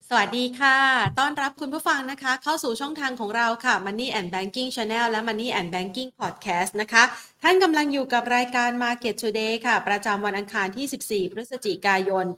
สวัสดีค่ะต้อนรับคุณผู้ฟังนะคะเข้าสู่ช่องทางของเราค่ะ Money and Banking Channel และ Money and Banking Podcast นะคะท่านกำลังอยู่กับรายการ Market Today ค่ะประจำวันอังคารที่ 14 พฤศจิกายน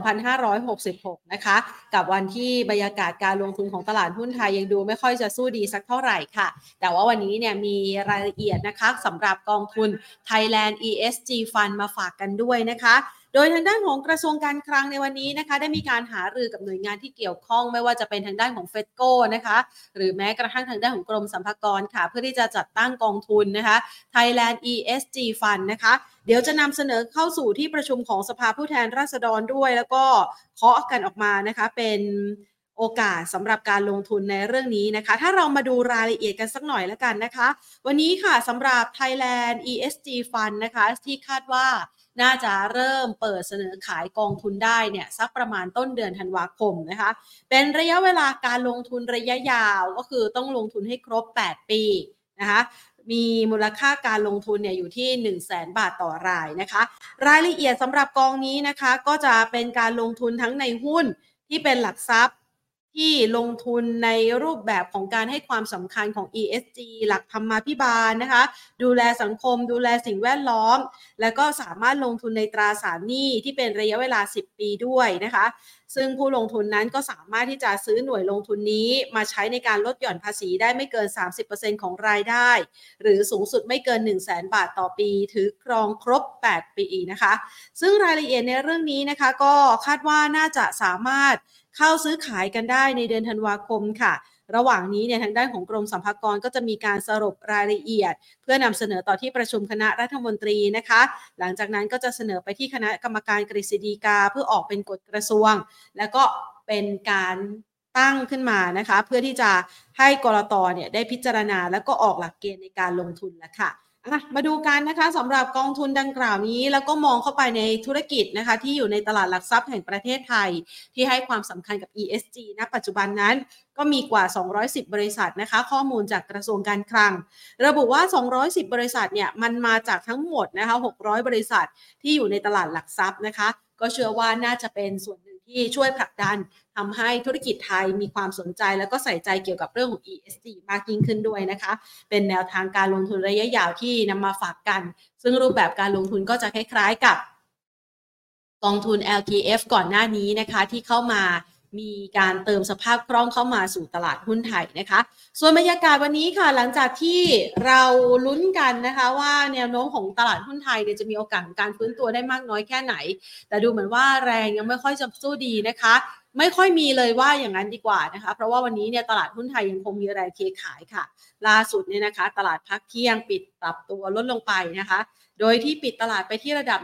2566 นะคะกับวันที่บรรยากาศการลงทุนของตลาดหุ้นไทยยังดูไม่ค่อยจะสู้ดีสักเท่าไหร่ค่ะแต่ว่าวันนี้เนี่ยมีรายละเอียดนะคะสำหรับกองทุน Thailand ESG Fund มาฝากกันด้วยนะคะโดยทางด้านของกระทรวงการคลังในวันนี้นะคะได้มีการหารือกับหน่วยงานที่เกี่ยวข้องไม่ว่าจะเป็นทางด้านของเฟดโก้นะคะหรือแม้กระทั่งทางด้านของกรมสรรพากรค่ะเพื่อที่จะจัดตั้งกองทุนนะคะ Thailand ESG Fund นะคะเดี๋ยวจะนำเสนอเข้าสู่ที่ประชุมของสภาผู้แทนราษฎรด้วยแล้วก็เคาะกันออกมานะคะเป็นโอกาสสำหรับการลงทุนในเรื่องนี้นะคะถ้าเรามาดูรายละเอียดกันสักหน่อยแล้วกันนะคะวันนี้ค่ะสำหรับ Thailand ESG Fund นะคะที่คาดว่าน่าจะเริ่มเปิดเสนอขายกองทุนได้เนี่ยสักประมาณต้นเดือนธันวาคมนะคะเป็นระยะเวลาการลงทุนระยะยาวก็คือต้องลงทุนให้ครบ8ปีนะคะมีมูลค่าการลงทุนเนี่ยอยู่ที่ 100,000 บาทต่อรายนะคะรายละเอียดสำหรับกองนี้นะคะก็จะเป็นการลงทุนทั้งในหุ้นที่เป็นหลักทรัพย์ที่ลงทุนในรูปแบบของการให้ความสำคัญของ ESG หลักธรรมาภิบาลนะคะดูแลสังคมดูแลสิ่งแวดล้อมแล้วก็สามารถลงทุนในตราสารหนี้ที่เป็นระยะเวลา10ปีด้วยนะคะซึ่งผู้ลงทุนนั้นก็สามารถที่จะซื้อหน่วยลงทุนนี้มาใช้ในการลดหย่อนภาษีได้ไม่เกิน 30% ของรายได้หรือสูงสุดไม่เกิน 100,000 บาทต่อปีถือครองครบ8ปีนะคะซึ่งรายละเอียดในเรื่องนี้นะคะก็คาดว่าน่าจะสามารถเข้าซื้อขายกันได้ในเดือนธันวาคมค่ะระหว่างนี้เนี่ยทางด้านของกรมสรรพากรก็จะมีการสรุปรายละเอียดเพื่อนำเสนอต่อที่ประชุมคณะรัฐมนตรีนะคะหลังจากนั้นก็จะเสนอไปที่คณะกรรมการกฤษฎีกาเพื่อออกเป็นกฎกระทรวงแล้วก็เป็นการตั้งขึ้นมานะคะเพื่อที่จะให้กลต.เนี่ยได้พิจารณาแล้วก็ออกหลักเกณฑ์ในการลงทุนแล้วค่ะมาดูกันนะคะสำหรับกองทุนดังกล่าวนี้แล้วก็มองเข้าไปในธุรกิจนะคะที่อยู่ในตลาดหลักทรัพย์แห่งประเทศไทยที่ให้ความสำคัญกับ ESG ณปัจจุบันนั้นก็มีกว่า210บริษัทนะคะข้อมูลจากกระทรวงการคลังระบุว่า210บริษัทเนี่ยมันมาจากทั้งหมดนะคะ600บริษัทที่อยู่ในตลาดหลักทรัพย์นะคะก็เชื่อว่าน่าจะเป็นส่วนหนึ่งที่ช่วยผลักดันทำให้ธุรกิจไทยมีความสนใจแล้วก็ใส่ใจเกี่ยวกับเรื่องของ ESG มากยิ่งขึ้นด้วยนะคะเป็นแนวทางการลงทุนระยะยาวที่นำมาฝากกันซึ่งรูปแบบการลงทุนก็จะคล้ายๆกับกองทุน LTF ก่อนหน้านี้นะคะที่เข้ามามีการเติมสภาพคล่องเข้ามาสู่ตลาดหุ้นไทยนะคะส่วนบรรยากาศวันนี้ค่ะหลังจากที่เราลุ้นกันนะคะว่าแนวโน้มของตลาดหุ้นไทยเนี่ยจะมีโอกาสของการฟื้นตัวได้มากน้อยแค่ไหนแต่ดูเหมือนว่าแรงยังไม่ค่อยจะสู้ดีนะคะไม่ค่อยมีเลยว่าอย่างนั้นดีกว่านะคะเพราะว่าวันนี้เนี่ยตลาดหุ้นไทยยังคงมีแรงเทขายค่ะล่าสุดเนี่ยนะคะตลาดพักเที่ยงปิดปรับตัวลดลงไปนะคะโดยที่ปิดตลาดไปที่ระดับ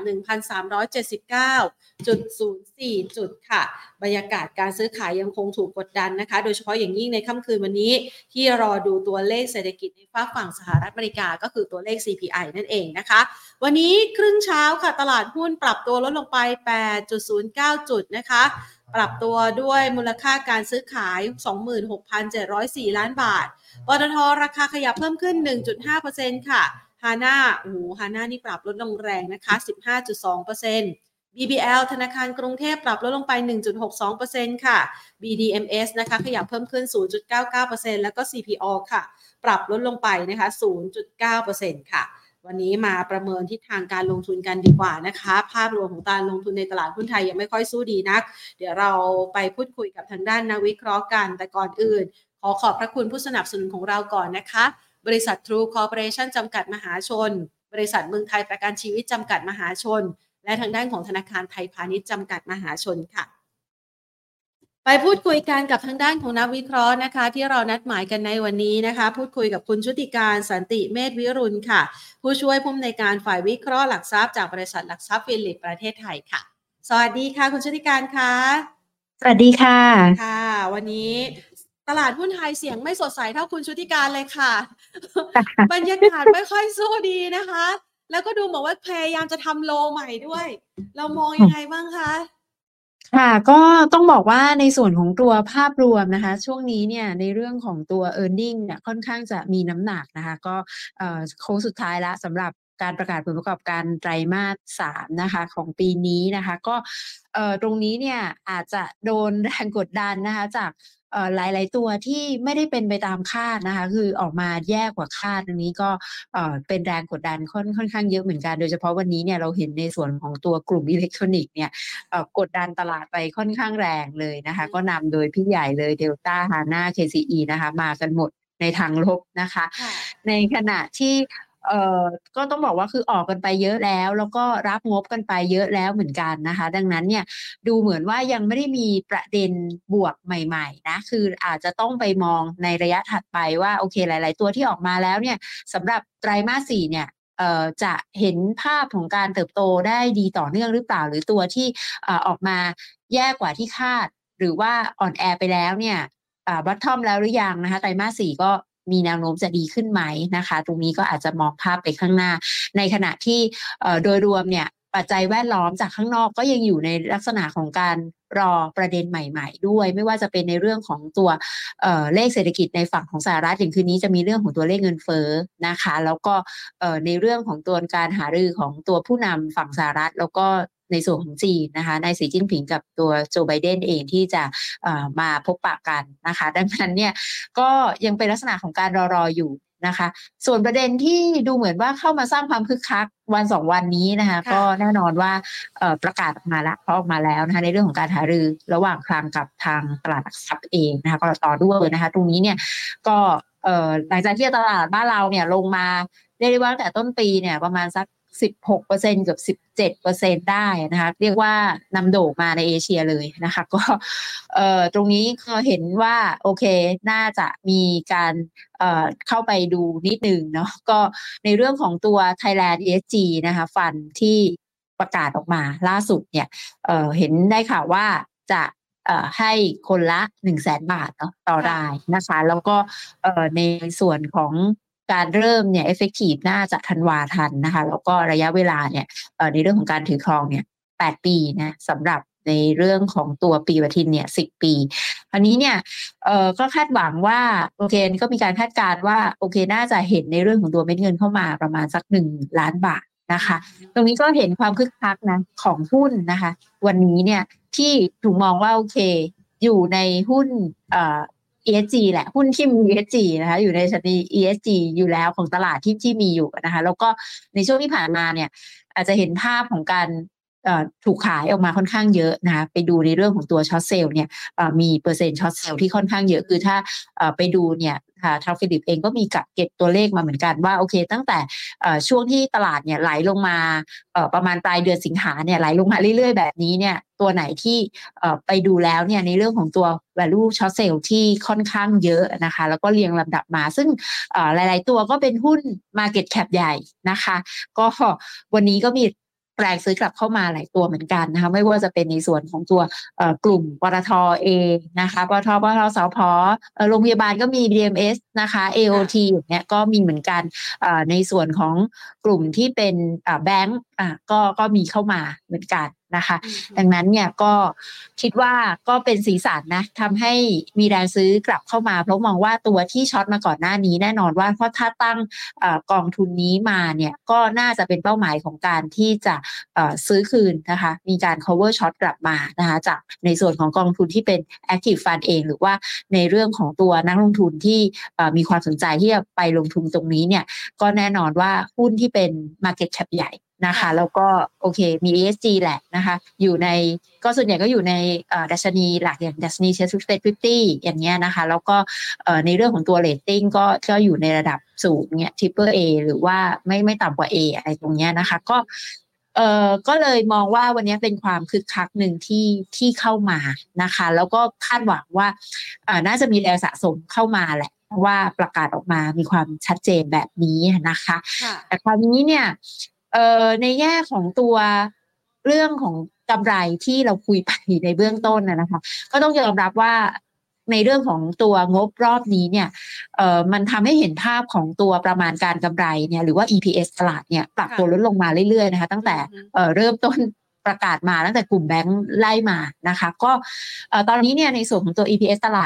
1,379.04 จุดค่ะบรรยากาศการซื้อขายยังคงถูกกดดันนะคะโดยเฉพาะอย่างยิ่งในค่ำคืนวันนี้ที่รอดูตัวเลขเศรษฐกิจในฝั่งสหรัฐอเมริกาก็คือตัวเลข CPI นั่นเองนะคะวันนี้ครึ่งเช้าค่ะตลาดหุ้นปรับตัวลดลงไป 8.09 จุดนะคะปรับตัวด้วยมูลค่าการซื้อขาย 26,704 ล้านบาทปตท.ราคาขยับเพิ่มขึ้น 1.5% ค่ะฮาน่าฮาน่านี่ปรับลดลงแรงนะคะ 15.2% BBL ธนาคารกรุงเทพปรับลดลงไป 1.62% ค่ะ BDMs นะคะขยับเพิ่มขึ้น 0.99% แล้วก็ CPO ค่ะปรับลดลงไปนะคะ 0.9% ค่ะวันนี้มาประเมินทิศทางการลงทุนกันดีกว่านะคะภาพรวมของการลงทุนในตลาดหุ้นไทยยังไม่ค่อยสู้ดีนักเดี๋ยวเราไปพูดคุยกับทางด้านนักวิเคราะห์กันแต่ก่อนอื่นขอบพระคุณผู้สนับสนุนของเราก่อนนะคะบริษัท True Corporation จำกัดมหาชนบริษัทเมืองไทยประกันชีวิตจำกัดมหาชนและทางด้านของธนาคารไทยพาณิชย์จำกัดมหาชนค่ะไปพูดคุยกันกับทางด้านของนักวิเคราะห์นะคะที่เรานัดหมายกันในวันนี้นะคะพูดคุยกับคุณชุติการสันติเมธวิรุณค่ะผู้ช่วยผู้อำนวยการฝ่ายวิเคราะห์หลักทรัพย์จากบริษัทหลักทรัพย์ฟิลิปประเทศไทยค่ะสวัสดีค่ะคุณชุติการค่ะสวัสดีค่ะค่ะวันนี้ตลาดหุ้นไทยเสียงไม่สดใสเท่าคุณชุติการเลยค่ะบรรยากาศไม่ค่อยสู้ดีนะคะแล้วก็ดูเหมือนว่าพยายามจะทำโลใหม่ด้วยเรามองยังไงบ้างคะค่ะก็ต้องบอกว่าในส่วนของตัวภาพรวมนะคะช่วงนี้เนี่ยในเรื่องของตัว earning เนี่ยค่อนข้างจะมีน้ำหนักนะคะก็โค้งสุดท้ายแล้วสำหรับการประกาศผลประกอบการไตรมาส3นะคะของปีนี้นะคะก็ตรงนี้เนี่ยอาจจะโดนแรงกดดันนะคะจากหลายๆตัวที่ไม่ได้เป็นไปตามคาดนะคะคือออกมาแย่กว่าคาดตรงนี้ก็เป็นแรงกดดันค่อนข้างเยอะเหมือนกันโดยเฉพาะวันนี้เนี่ยเราเห็นในส่วนของตัวกลุ่มอิเล็กทรอนิกส์เนี่ยกดดันตลาดไปค่อนข้างแรงเลยนะคะก็นำโดยพี่ใหญ่เลย Delta HANA KCE นะคะมากันหมดในทางลบนะคะในขณะที่ก็ต้องบอกว่าคือออกกันไปเยอะแล้วก็รับงบกันไปเยอะแล้วเหมือนกันนะคะดังนั้นเนี่ยดูเหมือนว่ายังไม่ได้มีประเด็นบวกใหม่ๆนะคืออาจจะต้องไปมองในระยะถัดไปว่าโอเคหลายๆตัวที่ออกมาแล้วเนี่ยสำหรับไตรมาส4เนี่ยจะเห็นภาพของการเติบโตได้ดีต่อเนื่องหรือเปล่าหรือตัวที่ออกมาแย่กว่าที่คาดหรือว่าอ่อนแอไปแล้วเนี่ยบอททอมแล้วหรือยังนะคะไตรมาส4ก็มีแนวโน้มจะดีขึ้นไหมนะคะตรงนี้ก็อาจจะมองภาพไปข้างหน้าในขณะที่โดยรวมเนี่ยปัจจัยแวดล้อมจากข้างนอกก็ยังอยู่ในลักษณะของการรอประเด็นใหม่ๆด้วยไม่ว่าจะเป็นในเรื่องของตัวเลขเศรษฐกิจในฝั่งของสหรัฐอย่างคืนนี้จะมีเรื่องของตัวเลขเงินเฟ้อนะคะแล้วก็ในเรื่องของตัวการหารือของตัวผู้นำฝั่งสหรัฐแล้วก็ในส่วนของจีนนะคะนายสีจิ้นผิงกับตัวโจไบเดนเองที่จะมาพบปะกันนะคะดังนั้นเนี่ยก็ยังเป็นลักษณะของการรออยู่นะคะส่วนประเด็นที่ดูเหมือนว่าเข้ามาสร้างความคึกคักวัน2วันนี้นะคะก็แน่นอนว่าประกาศออกมาแล้วเพราะออกมาแล้วนะคะในเรื่องของการหารือระหว่างคลังกับทางตลาดหลักทรัพย์เองนะคะกลต.ด้วยนะคะตรงนี้เนี่ยก็หลังจากที่ตลาดบ้านเราเนี่ยลงมาเรียกได้ว่าตั้งแต่ต้นปีเนี่ยประมาณสัก16%เกือบ17%ได้นะคะเรียกว่านำโด่งมาในเอเชียเลยนะคะก็ตรงนี้ก็เห็นว่าโอเคน่าจะมีการเข้าไปดูนิดนึงเนาะก็ในเรื่องของตัว Thailand ESG นะคะฟันที่ประกาศออกมาล่าสุดเนี่ยเห็นได้ข่าวว่าจะให้คนละ 100,000 บาทเนาะต่อรายนะคะแล้วก็ในส่วนของการเริ่มเนี่ย effective น่าจะธันวาทันนะคะแล้วก็ระยะเวลาเนี่ยในเรื่องของการถือครองเนี่ย8 ปีนะสำหรับในเรื่องของตัวปีปฏิทินเนี่ย10 ปีอันนี้เนี่ยก็คาดหวังว่าโอเคก็มีการคาดการณ์ว่าโอเคน่าจะเห็นในเรื่องของตัวเม็ดเงินเข้ามาประมาณสัก1 ล้านบาทนะคะตรงนี้ก็เห็นความคึกคักนะของหุ้นนะคะวันนี้เนี่ยที่ถูกมองว่าโอเคอยู่ในหุ้นESG แหละหุ้นที่มี ESG นะคะอยู่ในชนิด ESG อยู่แล้วของตลาดที่มีอยู่นะคะแล้วก็ในช่วงที่ผ่านมาเนี่ยอาจจะเห็นภาพของการถูกขายออกมาค่อนข้างเยอะนะคะไปดูในเรื่องของตัวช็อตเซลล์เนี่ยมีเปอร์เซ็นต์ช็อตเซลล์ที่ค่อนข้างเยอะคือถ้าไปดูเนี่ยทางฟิลิปเองก็มีเก็บตัวเลขมาเหมือนกันว่าโอเคตั้งแต่ช่วงที่ตลาดเนี่ยไหลลงมาประมาณปลายเดือนสิงหาเนี่ยไหลลงมาเรื่อยๆแบบนี้เนี่ยตัวไหนที่ไปดูแล้วเนี่ยในเรื่องของตัว value short sale ที่ค่อนข้างเยอะนะคะแล้วก็เรียงลำดับมาซึ่งหลายๆตัวก็เป็นหุ้น market cap ใหญ่นะคะก็วันนี้ก็มีแรงซื้อกลับเข้ามาหลายตัวเหมือนกันนะคะไม่ว่าจะเป็นในส่วนของตัวกลุ่มปตท.เองนะคะปตท.สผ.โรงพยาบาลก็มี BMS นะคะ AOT อย่างเงี้ยก็มีเหมือนกันในส่วนของกลุ่มที่เป็นแบงก์ก็มีเข้ามาเหมือนกันนะคะดังนั้นเนี่ยก็คิดว่าก็เป็นสีสันนะทำให้มีแรงซื้อกลับเข้ามาเพราะมองว่าตัวที่ช็อตมาก่อนหน้านี้แน่นอนว่าเพราะถ้าตั้งกองทุนนี้มาเนี่ยก็น่าจะเป็นเป้าหมายของการที่จะซื้อคืนนะคะมีการ cover short กลับมานะคะจากในส่วนของกองทุนที่เป็น active fund เองหรือว่าในเรื่องของตัวนักลงทุนที่มีความสนใจที่จะไปลงทุนตรงนี้เนี่ยก็แน่นอนว่าหุ้นที่เป็น market cap ใหญ่นะคะแล้วก็โอเคมี ESG แหละนะคะอยู่ในก็ส่วนใหญ่ก็อยู่ในดัชนีหลักอย่างดัชนี Sustainability อย่างเงี้ยนะคะแล้วก็ในเรื่องของตัว rating ก็อยู่ในระดับสูงเนี่ย Triple A หรือว่าไม่ต่ำกว่า A อะไรตรงเนี้ยนะคะก็เลยมองว่าวันนี้เป็นความคึกคักหนึ่งที่เข้ามานะคะแล้วก็คาดหวังว่าน่าจะมีแรงสะสมเข้ามาแหละว่าประกาศออกมามีความชัดเจนแบบนี้นะคะแต่คราวนี้เนี่ยในแง่ของตัวเรื่องของกำไรที่เราคุยไปในเบื้องต้นนะคะก็ต้องยอมรับว่าในเรื่องของตัวงบรอบนี้เนี่ยมันทำให้เห็นภาพของตัวประมาณการกำไรเนี่ยหรือว่า EPS ตลาดเนี่ยปรับตัวลดลงมาเรื่อยๆนะคะตั้งแต่เริ่มต้นประกาศมาตั้งแต่กลุ่มแบงค์ไล่มานะคะก็ตอนนี้เนี่ยในส่วนของตัว EPS ตลาดเนี่ย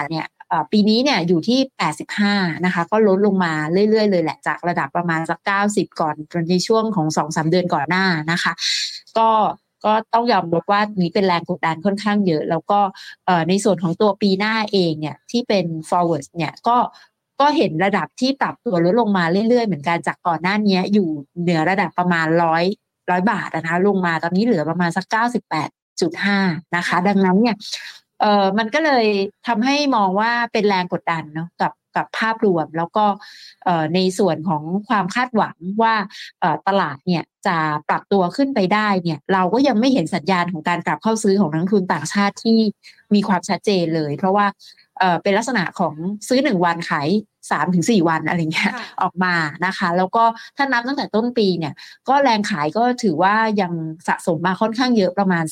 ปีนี้เนี่ยอยู่ที่85นะคะก็ลดลงมาเรื่อยๆเลยแหละจากระดับประมาณสัก90ก่อนในช่วงของ 2-3 เดือนก่อนหน้านะคะก็ต้องยอมรับว่านี้เป็นแรงกดดันค่อนข้างเยอะแล้วก็ในส่วนของตัวปีหน้าเองเนี่ยที่เป็น forward เนี่ยก็เห็นระดับที่ปรับตัวลดลงมาเรื่อยๆเหมือนกันจากก่อนหน้านี้อยู่เหนือระดับประมาณ100บาทนะคะลงมาตอนนี้เหลือประมาณสัก98.5นะคะดังนั้นเนี่ยมันก็เลยทำให้มองว่าเป็นแรงกดดันเนาะกับภาพรวมแล้วก็ในส่วนของความคาดหวังว่าตลาดเนี่ยจะปรับตัวขึ้นไปได้เนี่ยเราก็ยังไม่เห็นสัญญาณของการกลับเข้าซื้อของนักลงทุนต่างชาติที่มีความชัดเจนเลยเพราะว่าเป็นลักษณะของซื้อ1วันขาย3-4 วันอะไรเงี้ยออกมานะคะแล้วก็ถ้านับตั้งแต่ต้นปีเนี่ยก็แรงขายก็ถือว่ายังสะสมมาค่อนข้างเยอะประมาณ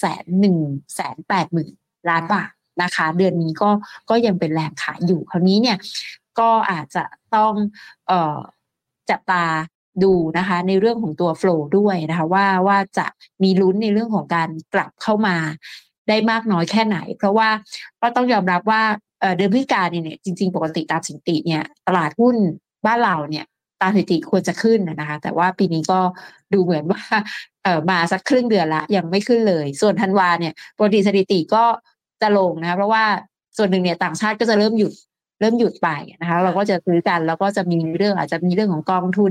180,000 ล้านบาทนะคะเดือนนี้ก็ยังเป็นแรงขายอยู่คราวนี้เนี่ยก็อาจจะต้องจับตาดูนะคะในเรื่องของตัว flow ด้วยนะคะว่าจะมีลุ้นในเรื่องของการกลับเข้ามาได้มากน้อยแค่ไหนเพราะว่าก็ต้องยอมรับว่าเดือนพฤศจิกายนเนี่ยจริงๆปกติตามสถิติเนี่ยตลาดหุ้นบ้านเราเนี่ยตามสถิติควรจะขึ้นนะคะแต่ว่าปีนี้ก็ดูเหมือนว่ามาสักครึ่งเดือนละยังไม่ขึ้นเลยส่วนธันวาเนี่ยปกติสถิติก็จะลงนะคะเพราะว่าส่วนหนึ่งเนี่ยต่างชาติก็จะเริ่มหยุดไปนะคะเราก็จะซื้อกันแล้วก็จะมีเรื่องอาจจะมีเรื่องของกองทุน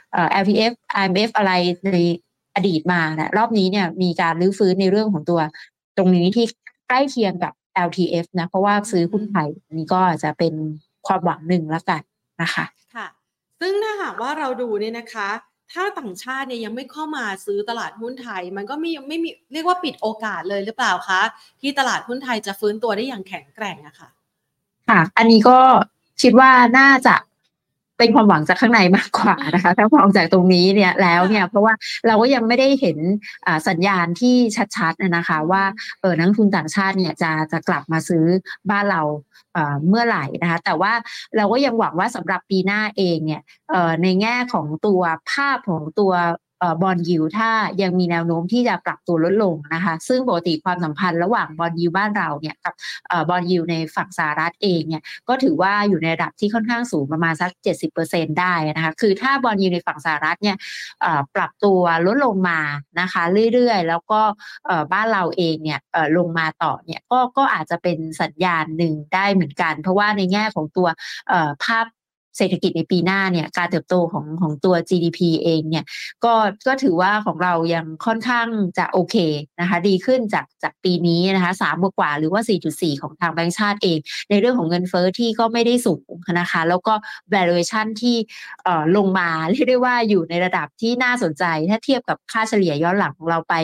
LTF IMF อะไรในอดีตมานะรอบนี้เนี่ยมีการรื้อฟื้นในเรื่องของตัวตรงนี้ที่ใกล้เคียงกับ LTF นะเพราะว่าซื้อหุ้นไทยนี่ก็อาจจะเป็นความหวังหนึ่งแล้วกันนะคะค่ะซึ่งถ้าหากว่าเราดูเนี่ยนะคะถ้าต่างชาติเนี่ยยังไม่เข้ามาซื้อตลาดหุ้นไทยมันก็ไม่มีเรียกว่าปิดโอกาสเลยหรือเปล่าคะที่ตลาดหุ้นไทยจะฟื้นตัวได้อย่างแข็งแกร่งอะค่ะค่ะอันนี้ก็คิดว่าน่าจะเป็นความหวังจากข้างในมากกว่านะคะถ้ามองจากตรงนี้เนี่ยแล้วเนี่ยเพราะว่าเราก็ยังไม่ได้เห็นสัญญาณที่ชัดๆนะคะว่านักลงทุนต่างชาติเนี่ยจะกลับมาซื้อบ้านเราเมื่อไหร่นะคะแต่ว่าเราก็ยังหวังว่าสำหรับปีหน้าเองเนี่ยในแง่ของตัวภาพของตัวบอนด์ยิลด์ถ้ายังมีแนวโน้มที่จะปรับตัวลดลงนะคะซึ่งปกติความสัมพันธ์ระหว่างบอนด์ยิลด์บ้านเราเนี่ยกับบอนด์ยิลด์ในฝั่งสหรัฐเองเนี่ยก็ถือว่าอยู่ในระดับที่ค่อนข้างสูงประมาณสัก 70% ได้นะคะคือถ้าบอนด์ยิลด์ในฝั่งสหรัฐเนี่ยปรับตัวลดลงมานะคะเรื่อยๆแล้วก็บ้านเราเองเนี่ยลงมาต่อเนี่ยก็อาจจะเป็นสัญญาณหนึ่งได้เหมือนกันเพราะว่าในแง่ของตัวภาพเศรษฐกิจในปีหน้าเนี่ยการเติบโตของตัว GDP เองเนี่ยก็ถือว่าของเรายังค่อนข้างจะโอเคนะคะดีขึ้นจากปีนี้นะคะ3กว่าหรือว่า4.4ของทางแบงก์ชาติเองในเรื่องของเงินเฟ้อที่ก็ไม่ได้สูงนะคะแล้วก็ valuation ที่ลงมาเรียกได้ว่าอยู่ในระดับที่น่าสนใจถ้าเทียบกับค่าเฉลี่ยย้อนหลังของเราไป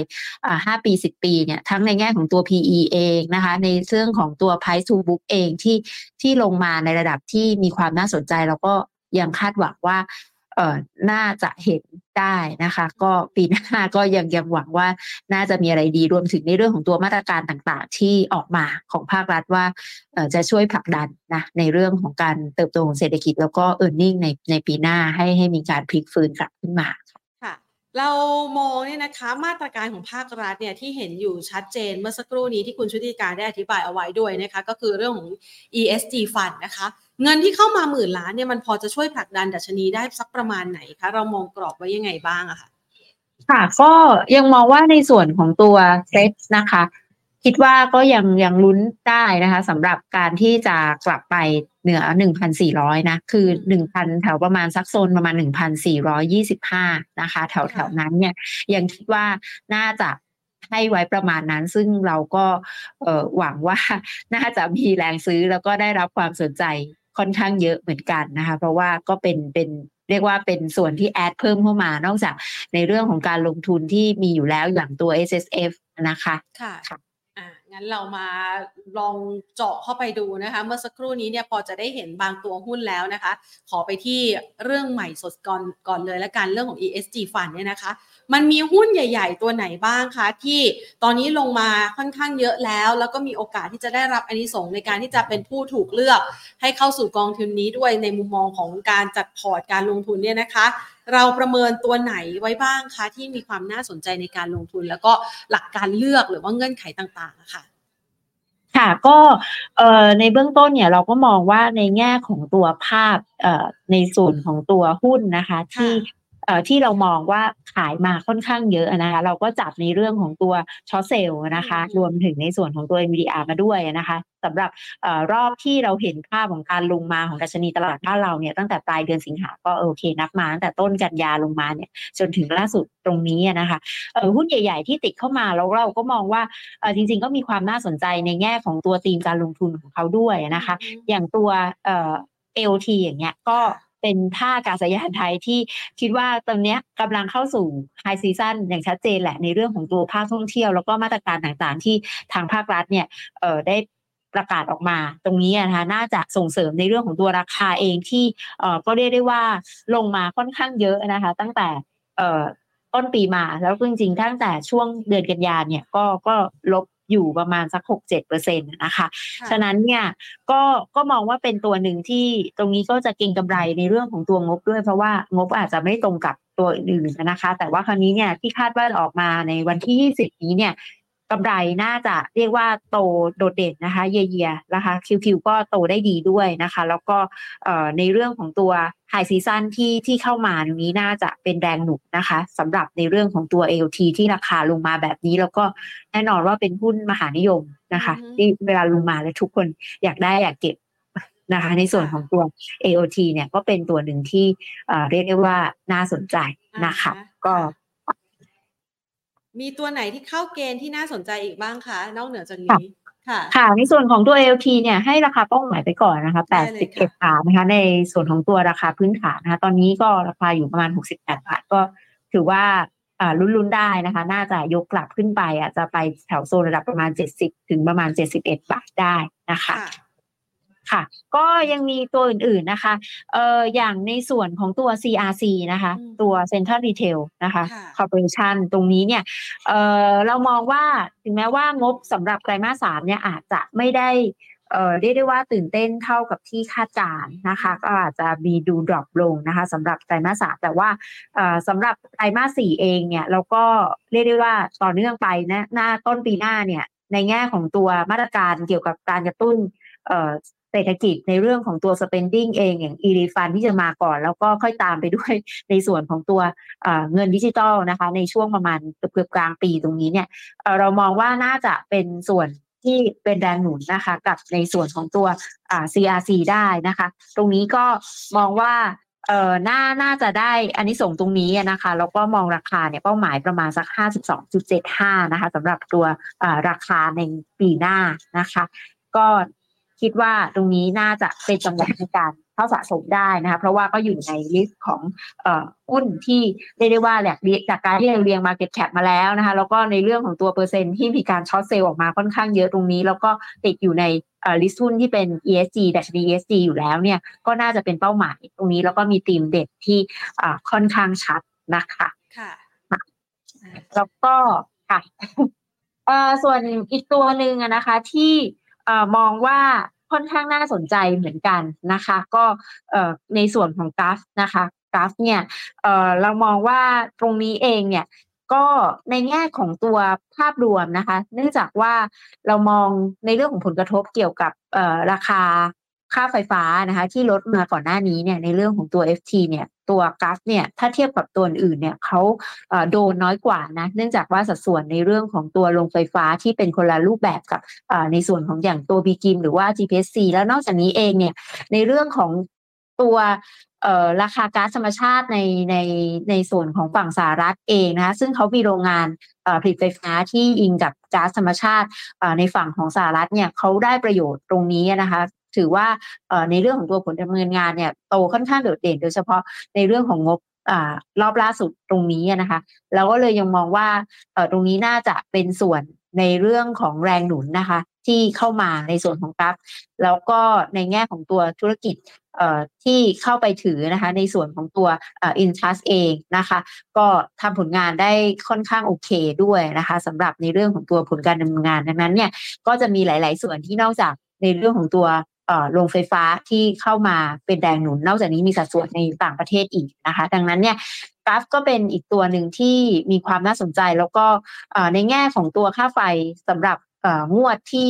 5 ปี10 ปีเนี่ยทั้งในแง่ของตัว PE เองนะคะในเรื่องของตัว price to book เองที่ลงมาในระดับที่มีความน่าสนใจแล้วก็ยังคาดหวังว่าน่าจะเห็นได้นะคะก็ปีหน้าก็ยังหวังว่าน่าจะมีอะไรดีรวมถึงในเรื่องของตัวมาตรการต่างๆที่ออกมาของภาครัฐว่าจะช่วยผลักดันนะในเรื่องของการเติบโตของเศรษฐกิจแล้วก็ earning ในปีหน้าให้มีการพลิกฟื้นกลับขึ้นมาค่ะเรามองเนี่ยนะคะมาตรการของภาครัฐเนี่ยที่เห็นอยู่ชัดเจนเมื่อสักครู่นี้ที่คุณชุติการได้อธิบายเอาไว้ด้วยนะคะก็คือเรื่องของ ESG Fund นะคะเงินที่เข้ามาหมื่นล้านเนี่ยมันพอจะช่วยผลักดันดัชนีได้สักประมาณไหนคะเรามองกรอบไว้ยังไงบ้างอะค่ะค่ะก็ยังมองว่าในส่วนของตัวเซ็ตนะคะคิดว่าก็ยังลุ้นได้นะคะสำหรับการที่จะกลับไปเหนือ 1,400 นะคือ 1,000 แถวประมาณสักโซนประมาณ 1,425 นะคะแถวนั้นเนี่ยยังคิดว่าน่าจะให้ไว้ประมาณนั้นซึ่งเราก็หวังว่าน่าจะมีแรงซื้อแล้วก็ได้รับความสนใจค่อนข้างเยอะเหมือนกันนะคะเพราะว่าก็เป็นเรียกว่าเป็นส่วนที่แอดเพิ่มเข้ามานอกจากในเรื่องของการลงทุนที่มีอยู่แล้วอย่างตัว SSF นะคะค่ะงั้นเรามาลองเจาะเข้าไปดูนะคะเมื่อสักครู่นี้เนี่ยพอจะได้เห็นบางตัวหุ้นแล้วนะคะขอไปที่เรื่องใหม่สดก่อนเลยและกันเรื่องของ ESG Fund เนี่ยนะคะมันมีหุ้นใหญ่ๆตัวไหนบ้างคะที่ตอนนี้ลงมาค่อนข้างเยอะแล้วก็มีโอกาสที่จะได้รับอานิสงส์ในการที่จะเป็นผู้ถูกเลือกให้เข้าสู่กองทุนนี้ด้วยในมุมมองของการจัดพอร์ตการลงทุนเนี่ยนะคะเราประเมินตัวไหนไว้บ้างคะที่มีความน่าสนใจในการลงทุนแล้วก็หลักการเลือกหรือว่าเงื่อนไขต่างๆอะค่ะค่ค่ะก็ในเบื้องต้นเนี่ยเราก็มองว่าในแง่ของตัวภาพในส่วนของตัวหุ้นนะคะที่ค่ะที่เรามองว่าขายมาค่อนข้างเยอะนะคะเราก็จับในเรื่องของตัวช็อตเซลล์นะคะอืรวมมถึงในส่วนของตัว NVDR มาด้วยนะคะสำหรับรอบที่เราเห็นภาพของการลงมาของดัชนีตลาดบ้านเราเนี่ยตั้งแต่ปลายเดือนสิงหาก็โอเคนับมาตั้งแต่ต้นกันยาลงมาเนี่ยจนถึงล่าสุดตรงนี้นะคะหุ้นใหญ่ๆที่ติดเข้ามาแล้วเราก็มองว่าจริงๆก็มีความน่าสนใจในแง่ของตัวธีมการลงทุนของเขาด้วยนะคะอืมอย่างตัวAOT อย่างเงี้ยก็ค่ะเป็นท่าอากาศยานไทยที่คิดว่าตอนเนี้ยกำลังเข้าสู่ High Season อย่างชัดเจนแหละในเรื่องของตัวภาคท่องเที่ยวแล้วก็มาตรการต่างๆที่ทางภาครัฐเนี่ยได้ประกาศออกมาตรงนี้นะคะน่าจะส่งเสริมในเรื่องของตัวราคาเองที่ก็เรียกได้ว่าลงมาค่อนข้างเยอะนะคะตั้งแต่เอ่อ ต้นปีมาแล้วจริงๆตั้งแต่ช่วงเดือนกันยาเนี่ยก็ลบอยู่ประมาณสัก6-7%นะคะค่ะฉะนั้นเนี่ยก็มองว่าเป็นตัวหนึ่งที่ตรงนี้ก็จะเก็งกำไรในเรื่องของตัวงบด้วยเพราะว่างบอาจจะไม่ตรงกับตัวอื่นๆนะคะแต่ว่าคราวนี้เนี่ยที่คาดว่าออกมาในวันที่20นี้เนี่ยกำไรน่าจะเรียกว่าโตโดดเด่นนะคะเยียๆนะคะ QQ ก็โตได้ดีด้วยนะคะแล้วก็ในเรื่องของตัว High Season ที่เข้ามาตรงนี้น่าจะเป็นแรงหนุนนะคะสำหรับในเรื่องของตัว AOT ที่ราคาลงมาแบบนี้แล้วก็แน่นอนว่าเป็นหุ้นมหานิยมนะคะอืมที่เวลาลงมาแล้วทุกคนอยากได้อยากเก็บนะคะในส่วนค่ะของตัว AOT เนี่ยก็เป็นตัวหนึ่งที่เรียกได้ว่าน่าสนใจอะนะคะฮะก็ค่ะมีตัวไหนที่เข้าเกณฑ์ที่น่าสนใจอีกบ้างคะนอกเหนือจากนี้ค่ะค่ะในส่วนของตัว LT เนี่ยให้ราคาเป้าหมายไปก่อนนะคะได้เลย 81 ค่ะบาทนะคะในส่วนของตัวราคาพื้นฐานนะคะตอนนี้ก็ราคาอยู่ประมาณ68บาทก็ถือว่าลุ้นๆได้นะคะน่าจะยกกลับขึ้นไปอาจจะไปแถวโซนระดับประมาณ70ถึงประมาณ71บาทได้นะคะค่ะค่ะก็ยังมีตัวอื่นๆนะคะอย่างในส่วนของตัว CRC นะคะอืมตัว Central Retail นะคะค่ะ Corporation ตรงนี้เนี่ยเรามองว่าถึงแม้ว่างบสำหรับไตรมาส3เนี่ยอาจจะไม่ได้เรียกได้ว่าตื่นเต้นเท่ากับที่คาดการณ์นะคะก็อาจจะมีดูดรอปลงนะคะสำหรับไตรมาส3แต่ว่าสำหรับไตรมาส4เองเนี่ยเราก็เรียกได้ว่าต่อเนื่องไปนะหน้าต้นปีหน้าเนี่ยในแง่ของตัวมาตรการเกี่ยวกับการกระตุ้นเศรษฐกิจในเรื่องของตัว spending เองอย่าง e-refund ที่จะมาก่อนแล้วก็ค่อยตามไปด้วยในส่วนของตัวเงินดิจิทัลนะคะในช่วงประมาณเกือบกลางปีตรงนี้เนี่ยเรามองว่าน่าจะเป็นส่วนที่เป็นแรงหนุนนะคะกับในส่วนของตัวCRC ได้นะคะตรงนี้ก็มองว่าน่าจะได้อันนี้ส่งส์ตรงนี้นะคะแล้วก็มองราคาเนี่ยเป้าหมายประมาณสัก52.75นะคะสำหรับตัวราคาในปีหน้านะคะก็คิดว่าตรงนี้น่าจะเป็นจังหวะในการเข้าสะสมได้นะคะเพราะว่าก็อยู่ในลิสต์ของหุ้นที่เรียกได้ว่าแหลกจากการที่เราเรียง market cap มาแล้วนะคะแล้วก็ในเรื่องของตัวเปอร์เซ็นต์ที่มีการช็อตเซลล์ออกมาค่อนข้างเยอะตรงนี้แล้วก็ติดอยู่ในลิสต์หุ้นที่เป็น ESG ดัชนี ESG อยู่แล้วเนี่ยก็น่าจะเป็นเป้าหมายตรงนี้แล้วก็มีธีมเด็ดที่ค่อนข้างชัดนะคะค่ะแล้วก็ค่ะส่วนอีกตัวหนึ่งนะคะที่มองว่าค่อนข้างน่าสนใจเหมือนกันนะคะก็ในส่วนของกราฟนะคะกราฟเนี่ยเรามองว่าตรงนี้เองเนี่ยก็ในแง่ของตัวภาพรวมนะคะเนื่องจากว่าเรามองในเรื่องของผลกระทบเกี่ยวกับราคาค่าไฟฟ้านะคะที่ลดมาก่อนหน้านี้เนี่ยในเรื่องของตัว FT เนี่ยตัวกราฟเนี่ยถ้าเทียบกับตัวอื่นเนี่ยเขาโดนน้อยกว่านะเนื่องจากว่าสัดส่วนในเรื่องของตัวโรงไฟฟ้าที่เป็นคนละรูปแบบกับในส่วนของอย่างตัว BGIM หรือว่า GPSC แล้วนอกจากนี้เองเนี่ยในเรื่องของตัวราคาก๊าซธรรมชาติในส่วนของฝั่งสหรัฐเองนะคะซึ่งเขามีโรงงานผลิตไฟฟ้าที่อิงกับก๊าซธรรมชาติในฝั่งของสหรัฐเนี่ยเขาได้ประโยชน์ตรงนี้นะคะถือว่าในเรื่องของตัวผลดำเนินงานเนี่ยโตค่อนข้างโดดเด่นโดยเฉพาะในเรื่องของงบรอบล่าสุดตรงนี้นะคะเราก็เลยยังมองว่าตรงนี้น่าจะเป็นส่วนในเรื่องของแรงหนุนนะคะที่เข้ามาในส่วนของกราฟแล้วก็ในแง่ของตัวธุรกิจที่เข้าไปถือนะคะในส่วนของตัวIntrust เองนะคะก็ทำผลงานได้ค่อนข้างโอเคด้วยนะคะสำหรับในเรื่องของตัวผลการดำเนินงานดังนั้นเนี่ยก็จะมีหลายๆส่วนที่นอกจากในเรื่องของตัวโรงไฟฟ้าที่เข้ามาเป็นแรงหนุนนอกจากนี้มีสัดส่วนในต่างประเทศอีกนะคะดังนั้นเนี่ยกราฟก็เป็นอีกตัวหนึ่งที่มีความน่าสนใจแล้วก็ในแง่ของตัวค่าไฟสำหรับงวดที่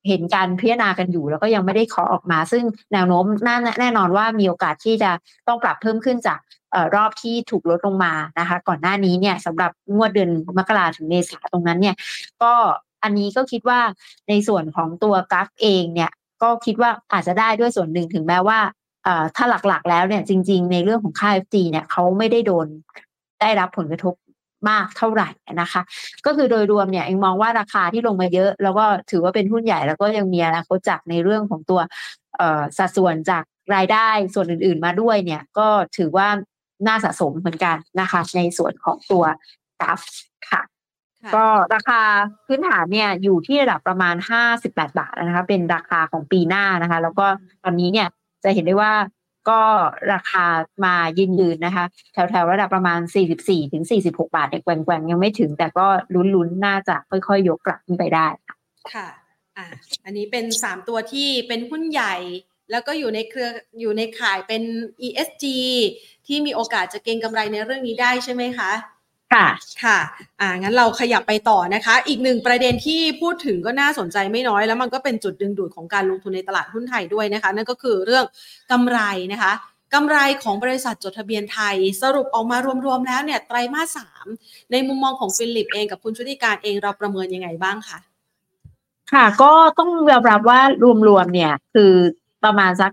เห็นการพิจารณากันอยู่แล้วก็ยังไม่ได้ขอออกมาซึ่งแนวโน้มแน่นอนว่ามีโอกาสที่จะต้องปรับเพิ่มขึ้นจากรอบที่ถูกลดลงมานะคะก่อนหน้านี้เนี่ยสำหรับงวดเดือนมกราถึงเมษาตรงนั้นเนี่ยก็อันนี้ก็คิดว่าในส่วนของตัวกราฟเองเนี่ยก็คิดว่าอาจจะได้ด้วยส่วนหนึ่งถึงแม้ว่าถ้าหลักๆแล้วเนี่ยจริงๆในเรื่องของค่า FT เนี่ยเขาไม่ได้ได้รับผลกระทบมากเท่าไหร่นะคะก็คือโดยรวมเนี่ยเองมองว่าราคาที่ลงมาเยอะแล้วก็ถือว่าเป็นหุ้นใหญ่แล้วก็ยังมีอนาคตจากในเรื่องของตัวสัดส่วนจากรายได้ส่วนอื่นๆมาด้วยเนี่ยก็ถือว่าน่าสะสมเหมือนกันนะคะในส่วนของตัวกราฟค่ะก็ราคาพื้นฐานเนี่ยอยู่ที่ระดับประมาณ58 บาทนะคะเป็นราคาของปีหน้านะคะแล้วก็ตอนนี้เนี่ยจะเห็นได้ว่าก็ราคามายืนนะคะแถวๆระดับประมาณ44ถึง46 บาทเนี่ยแกว่งๆยังไม่ถึงแต่ก็ลุ้นๆน่าจะค่อยๆยกกลับขึ้นไปได้ค่ะอันนี้เป็น3ตัวที่เป็นหุ้นใหญ่แล้วก็อยู่ในข่ายเป็น ESG ที่มีโอกาสจะเก็งกำไรในเรื่องนี้ได้ใช่ไหมคะค่ะงั้นเราขยับไปต่อนะคะอีกหนึ่งประเด็นที่พูดถึงก็น่าสนใจไม่น้อยแล้วมันก็เป็นจุดดึงดูดของการลงทุนในตลาดหุ้นไทยด้วยนะคะนั่นก็คือเรื่องกำไรนะคะกำไรของบริษัทจดทะเบียนไทยสรุปออกมารวมๆแล้วเนี่ยไตรมาส3ในมุมมองของฟิลิปเองกับคุณชุติการเองเราประเมินยังไงบ้างคะค่ะก็ต้องยอมรับว่ารวมๆเนี่ยคือประมาณสัก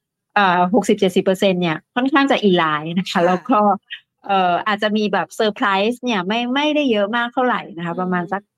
60-70%เนี่ยค่อนข้างจะอินไลน์นะคะแล้วก็อาจจะมีแบบเซอร์ไพรส์เนี่ยไม่ได้เยอะมากเท่าไหร่นะคะประมาณสัก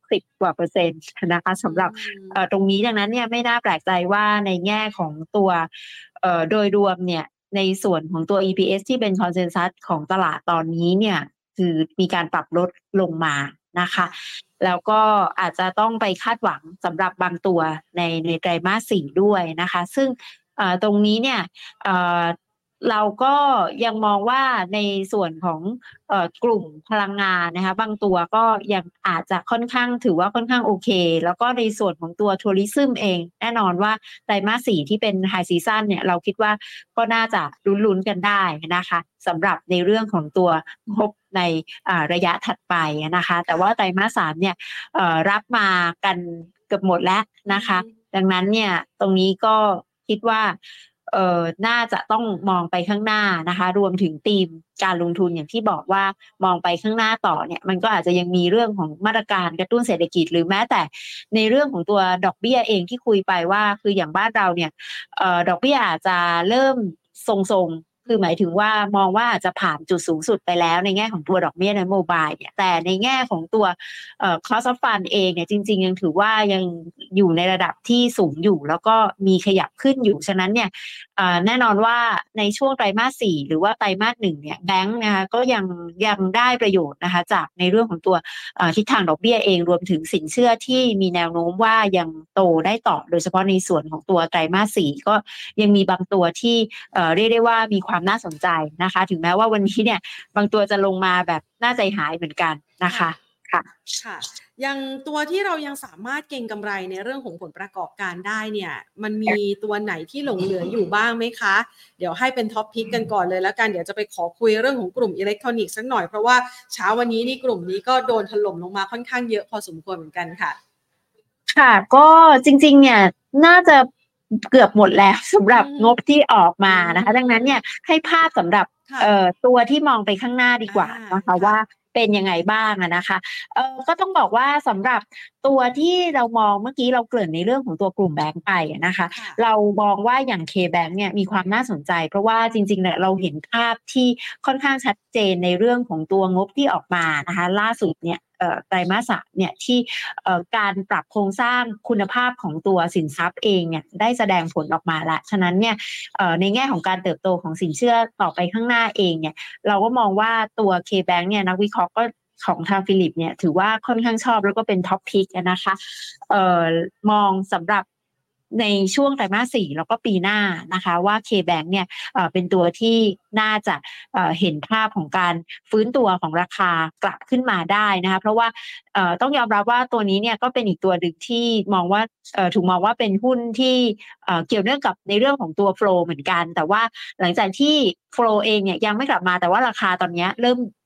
10% นะคะสำหรับตรงนี้ดังนั้นเนี่ยไม่น่าแปลกใจว่าในแง่ของตัวโดยรวมเนี่ยในส่วนของตัว EPS ที่เป็นคอนเซนซัสของตลาดตอนนี้เนี่ยคือมีการปรับลดลงมานะคะแล้วก็อาจจะต้องไปคาดหวังสำหรับบางตัวในไตรมาส4ด้วยนะคะซึ่งตรงนี้เนี่ยเราก็ยังมองว่าในส่วนของกลุ่มพลังงานนะคะบางตัวก็ยังอาจจะค่อนข้างถือว่าค่อนข้างโอเคแล้วก็ในส่วนของตัวทัวริซึมเองแน่นอนว่าไตรมาส4ที่เป็นไฮซีซั่นเนี่ยเราคิดว่าก็น่าจะลุ้นๆกันได้นะคะสำหรับในเรื่องของตัวงบในระยะถัดไปนะคะแต่ว่าไตรมาส3เนี่ยรับมากันเกือบหมดแล้วนะคะดังนั้นเนี่ยตรงนี้ก็คิดว่าน่าจะต้องมองไปข้างหน้านะคะรวมถึงธีมการลงทุนอย่างที่บอกว่ามองไปข้างหน้าต่อเนี่ยมันก็อาจจะยังมีเรื่องของมาตรการกระตุ้นเศรษฐกิจหรือแม้แต่ในเรื่องของตัวดอกเบี้ยเองที่คุยไปว่าคืออย่างบ้านเราเนี่ยดอกเบี้ยอาจจะเริ่มทรงๆคือหมายถึงว่ามองว่าอาจจะผ่านจุดสูงสุดไปแล้วในแง่ของตัวดอกเบี้ยในโมบายเนี่ยแต่ในแง่ของตัวcost of fund เองเนี่ยจริงๆยังถือว่ายังอยู่ในระดับที่สูงอยู่แล้วก็มีขยับขึ้นอยู่ฉะนั้นเนี่ยแน่นอนว่าในช่วงไตรมาส4หรือว่าไตรมาส1เนี่ยแบงค์นะคะก็ยังได้ประโยชน์นะคะจากในเรื่องของตัวทิศทางดอกเบี้ยเองรวมถึงสินเชื่อที่มีแนวโน้มว่ายังโตได้ต่อโดยเฉพาะในส่วนของตัวไตรมาส4ก็ยังมีบางตัวที่เรียกได้ว่ามีความน่าสนใจนะคะถึงแม้ว่าวันนี้เนี่ยบางตัวจะลงมาแบบน่าใจหายเหมือนกันนะคะค่ะอย่างตัวที่เรายังสามารถเก็งกำไรในเรื่องของผลประกอบการได้เนี่ยมันมีตัวไหนที่หลงเหลืออยู่บ้างไหมคะเดี๋ยวให้เป็นท็อปพิกกันก่อนเลยแล้วกันเดี๋ยวจะไปขอคุยเรื่องของกลุ่มอิเล็กทรอนิกส์สักหน่อยเพราะว่าเช้าวันนี้นี่กลุ่มนี้ก็โดนถล่มลงมาค่อนข้างเยอะพอสมควรเหมือนกันค่ะค่ะก็จริงๆเนี่ยน่าจะเกือบหมดแล้วสำหรับงบที่ออกมานะคะดังนั้นเนี่ยให้ภาพสำหรับตัวที่มองไปข้างหน้าดีกว่านะคะว่าเป็นยังไงบ้างนะคะก็ต้องบอกว่าสำหรับตัวที่เรามองเมื่อกี้เราเกริ่นในเรื่องของตัวกลุ่มแบงก์ไปนะคะเรามองว่าอย่าง K-Bank เนี่ยมีความน่าสนใจเพราะว่าจริงๆเนี่ยเราเห็นภาพที่ค่อนข้างชัดเจนในเรื่องของตัวงบที่ออกมานะคะล่าสุดเนี่ยไตรมาส 3เนี่ยที่การปรับโครงสร้างคุณภาพของตัวสินทรัพย์เองเนี่ยได้แสดงผลออกมาแล้วฉะนั้นเนี่ยในแง่ของการเติบโตของสินเชื่อต่อไปข้างหน้าเองเนี่ยเราก็มองว่าตัว K-Bank เนี่ยนักวิเคราะห์ก็ของทางฟิลิปเนี่ยถือว่าค่อนข้างชอบแล้วก็เป็นท็อปพิกนะคะมองสำหรับในช่วงไตรมาส 4แล้วก็ปีหน้านะคะว่า K-Bank เนี่ยเป็นตัวที่น่าจะเห็นภาพของการฟื้นตัวของราคากลับขึ้นมาได้นะคะเพราะว่าต้องยอมรับว่าตัวนี้เนี่ยก็เป็นอีกตัวหนึ่งที่มองว่าถูกมองว่าเป็นหุ้นที่เกี่ยวเนื่องกับในเรื่องของตัวโฟลว์เหมือนกันแต่ว่าหลังจากที่โฟลว์เองเนี่ยยังไม่กลับมาแต่ว่าราคาตอนนี้เริ่ม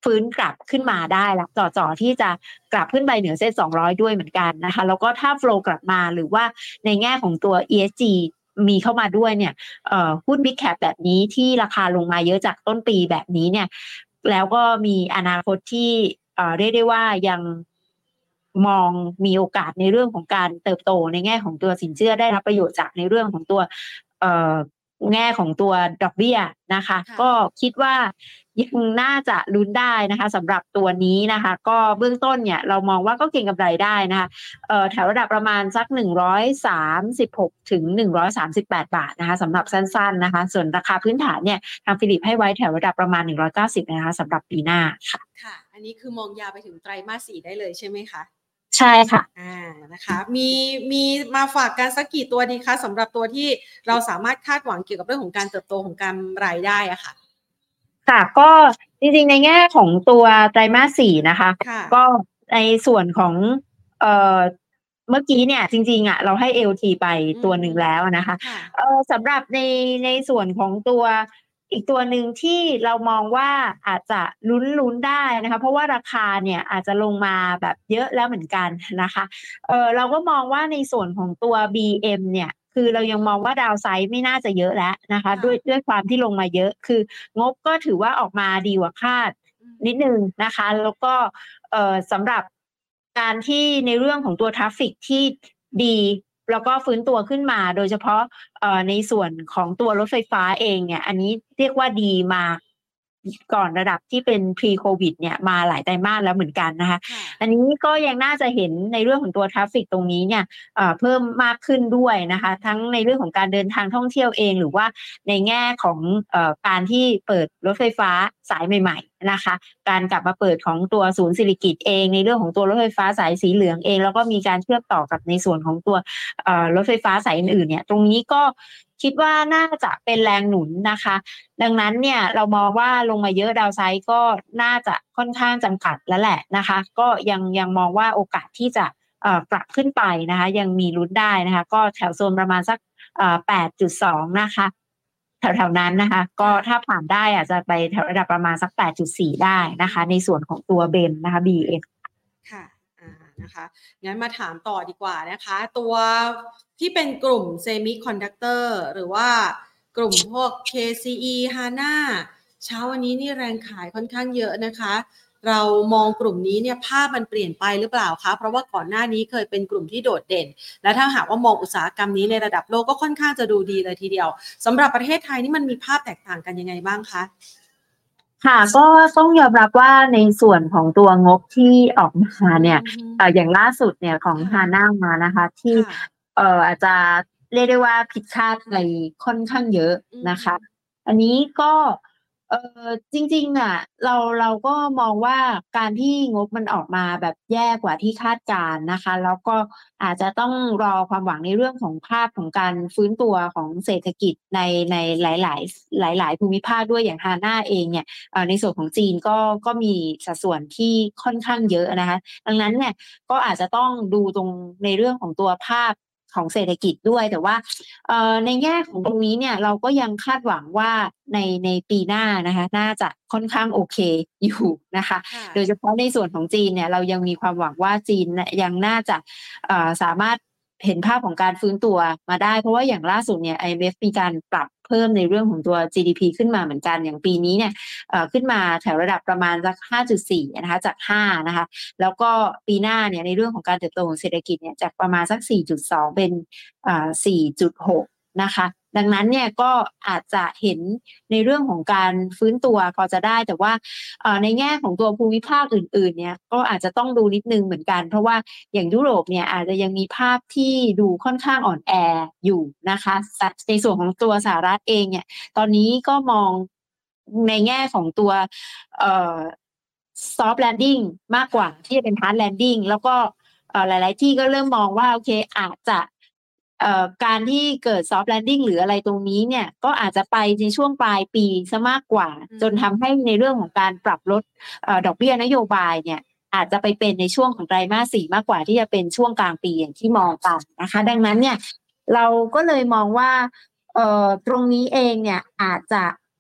ฟื้นกลับขึ้นมาได้ละจ่อที่จะกลับขึ้นไปเหนือเส้น200ด้วยเหมือนกันนะคะแล้วก็ถ้าโฟลว์กลับมาหรือว่าในแง่ของตัว ESG มีเข้ามาด้วยเนี่ยหุ้น Big Cap แบบนี้ที่ราคาลงมาเยอะจากต้นปีแบบนี้เนี่ยแล้วก็มีอนาคตที่เรียกได้ว่ายังมองมีโอกาสในเรื่องของการเติบโตในแง่ของตัวสินเชื่อได้รับประโยชน์จากในเรื่องของตัวเอ่อแง่ของตัวดอกเบี้ยนะคะก็คิดว่ายังน่าจะลุ้นได้นะคะสำหรับตัวนี้นะคะก็เบื้องต้นเนี่ยเรามองว่าก็เก็งกำไรได้นะคะแถวระดับประมาณสัก136ถึง138 บาทนะคะสำหรับสั้นๆนะคะส่วนราคาพื้นฐานเนี่ยทางฟิลิปให้ไว้แถวระดับประมาณ190นะคะสำหรับปีหน้าค่ะค่ะอันนี้คือมองยาวไปถึงไตรมาส 4ได้เลยใช่ไหมคะใช่ค่ะนะคะมีมาฝากกันสักกี่ตัวดีคะสำหรับตัวที่เราสามารถคาดหวังเกี่ยวกับเรื่องของการเติบโตของกำไรได้อะค่ะค่ะก็จริงๆในแง่ของตัวไตรมาส 4นะคะก็ในส่วนของเอ่อเมื่อกี้เนี่ยจริงๆอ่ะเราให้ LT ไปตัวหนึ่งแล้วนะคะสำหรับในส่วนของตัวอีกตัวหนึ่งที่เรามองว่าอาจจะลุ้นได้นะคะเพราะว่าราคาเนี่ยอาจจะลงมาแบบเยอะแล้วเหมือนกันนะคะเราก็มองว่าในส่วนของตัว BM เนี่ยคือเรายังมองว่าดาวไซด์ไม่น่าจะเยอะแล้วนะคะด้วยความที่ลงมาเยอะคืองบก็ถือว่าออกมาดีกว่าคาดนิดนึงนะคะแล้วก็สำหรับการที่ในเรื่องของตัวทราฟฟิกที่ดีแล้วก็ฟื้นตัวขึ้นมาโดยเฉพาะในส่วนของตัวรถไฟฟ้าเองเนี่ยอันนี้เรียกว่าดีมาก่อนระดับที่เป็น pre covid เนี่ยมาหลายไตรมาสแล้วเหมือนกันนะคะอันนี้ก็ยังน่าจะเห็นในเรื่องของตัวทราฟฟิกตรงนี้เนี่ยเพิ่มมากขึ้นด้วยนะคะทั้งในเรื่องของการเดินทางท่องเที่ยวเองหรือว่าในแง่ของการที่เปิดรถไฟฟ้าสายใหม่ๆนะคะการกลับมาเปิดของตัวศูนย์สิริกิติ์เองในเรื่องของตัวรถไฟฟ้าสายสีเหลืองเองแล้วก็มีการเชื่อมต่อกับในส่วนของตัวรถไฟฟ้าสายอื่นๆเนี่ยตรงนี้ก็คิดว่าน่าจะเป็นแรงหนุนนะคะดังนั้นเนี่ยเรามองว่าลงมาเยอะดาวไซด์ก็น่าจะค่อนข้างจำกัดแล้วแหละนะคะก็ยังมองว่าโอกาสที่จะกลับขึ้นไปนะคะยังมีลุ้นได้นะคะก็แถวโซนประมาณสัก8.2นะคะแถวๆนั้นนะคะก็ถ้าผ่านได้อาจจะไปแถวระดับประมาณสัก8.4ได้นะคะในส่วนของตัวเบมนะคะ BM ค่ะนะคะงั้นมาถามต่อดีกว่านะคะตัวที่เป็นกลุ่มเซมิคอนดักเตอร์หรือว่ากลุ่มพวก KCE HANA เช้าวันนี้นี่แรงขายค่อนข้างเยอะนะคะเรามองกลุ่มนี้เนี่ยภาพมันเปลี่ยนไปหรือเปล่าคะเพราะว่าก่อนหน้านี้เคยเป็นกลุ่มที่โดดเด่นและถ้าหากว่ามองอุตสาหกรรมนี้ในระดับโลกก็ค่อนข้างจะดูดีเลยทีเดียวสำหรับประเทศไทยนี่มันมีภาพแตกต่างกันยังไงบ้างคะค่ะก็ต้องยอมรับว่าในส่วนของตัวงบที่ออกมาเนี่ยอย่างล่าสุดเนี่ยของฮาน่ามานะคะที่อาจจะเรียกได้ว่าผิดคาดไปค่อนข้างเยอะนะคะอันนี้ก็จริงๆอ่ะเราก็มองว่าการที่งบมันออกมาแบบแย่กว่าที่คาดการณ์นะคะแล้วก็อาจจะต้องรอความหวังในเรื่องของภาพของการฟื้นตัวของเศรษฐกิจในหลายๆภูมิภาคด้วยอย่างฮาน่าเองเนี่ยในส่วนของจีนก็มีสัดส่วนที่ค่อนข้างเยอะนะคะดังนั้นเนี่ยก็อาจจะต้องดูตรงในเรื่องของตัวภาพของเศรษฐกิจด้วยแต่ว่าในแง่ของตรงนี้เนี่ยเราก็ยังคาดหวังว่าในปีหน้านะคะน่าจะค่อนข้างโอเคอยู่นะคะโดยเฉพาะในส่วนของจีนเนี่ยเรายังมีความหวังว่าจีนยังน่าจะสามารถเห็นภาพของการฟื้นตัวมาได้เพราะว่าอย่างล่าสุดเนี่ย IMF มีการปรับเพิ่มในเรื่องของตัว GDP ขึ้นมาเหมือนกันอย่างปีนี้เนี่ยขึ้นมาแถวระดับประมาณสัก 5.4 นะคะจาก 5 นะคะแล้วก็ปีหน้าเนี่ยในเรื่องของการเติบโตของเศรษฐกิจเนี่ยจากประมาณสัก 4.2 เป็น4.6 นะคะดังนั้นเนี่ยก็อาจจะเห็นในเรื่องของการฟื้นตัวพอจะได้แต่ว่าในแง่ของตัวภูมิภาคอื่นๆเนี่ยก็อาจจะต้องดูนิดนึงเหมือนกันเพราะว่าอย่างยุโรปเนี่ยอาจจะยังมีภาพที่ดูค่อนข้างอ่อนแออยู่นะคะในส่วนของตัวสหรัฐเองเนี่ยตอนนี้ก็มองในแง่ของตัวsoft landing มากกว่าที่จะเป็น hard landing แล้วก็หลายๆที่ก็เริ่มมองว่าโอเคอาจจะการที่เกิด soft landing หรืออะไรตรงนี้เนี่ยก็อาจจะไปในช่วงปลายปีซะมากกว่าจนทำให้ในเรื่องของการปรับลดดอกเบี้ยนโยบายเนี่ยอาจจะไปเป็นในช่วงของไตรมาส 4มากกว่าที่จะเป็นช่วงกลางปีอย่างที่มองกันนะคะดังนั้นเนี่ยเราก็เลยมองว่าตรงนี้เองเนี่ยอาจจะ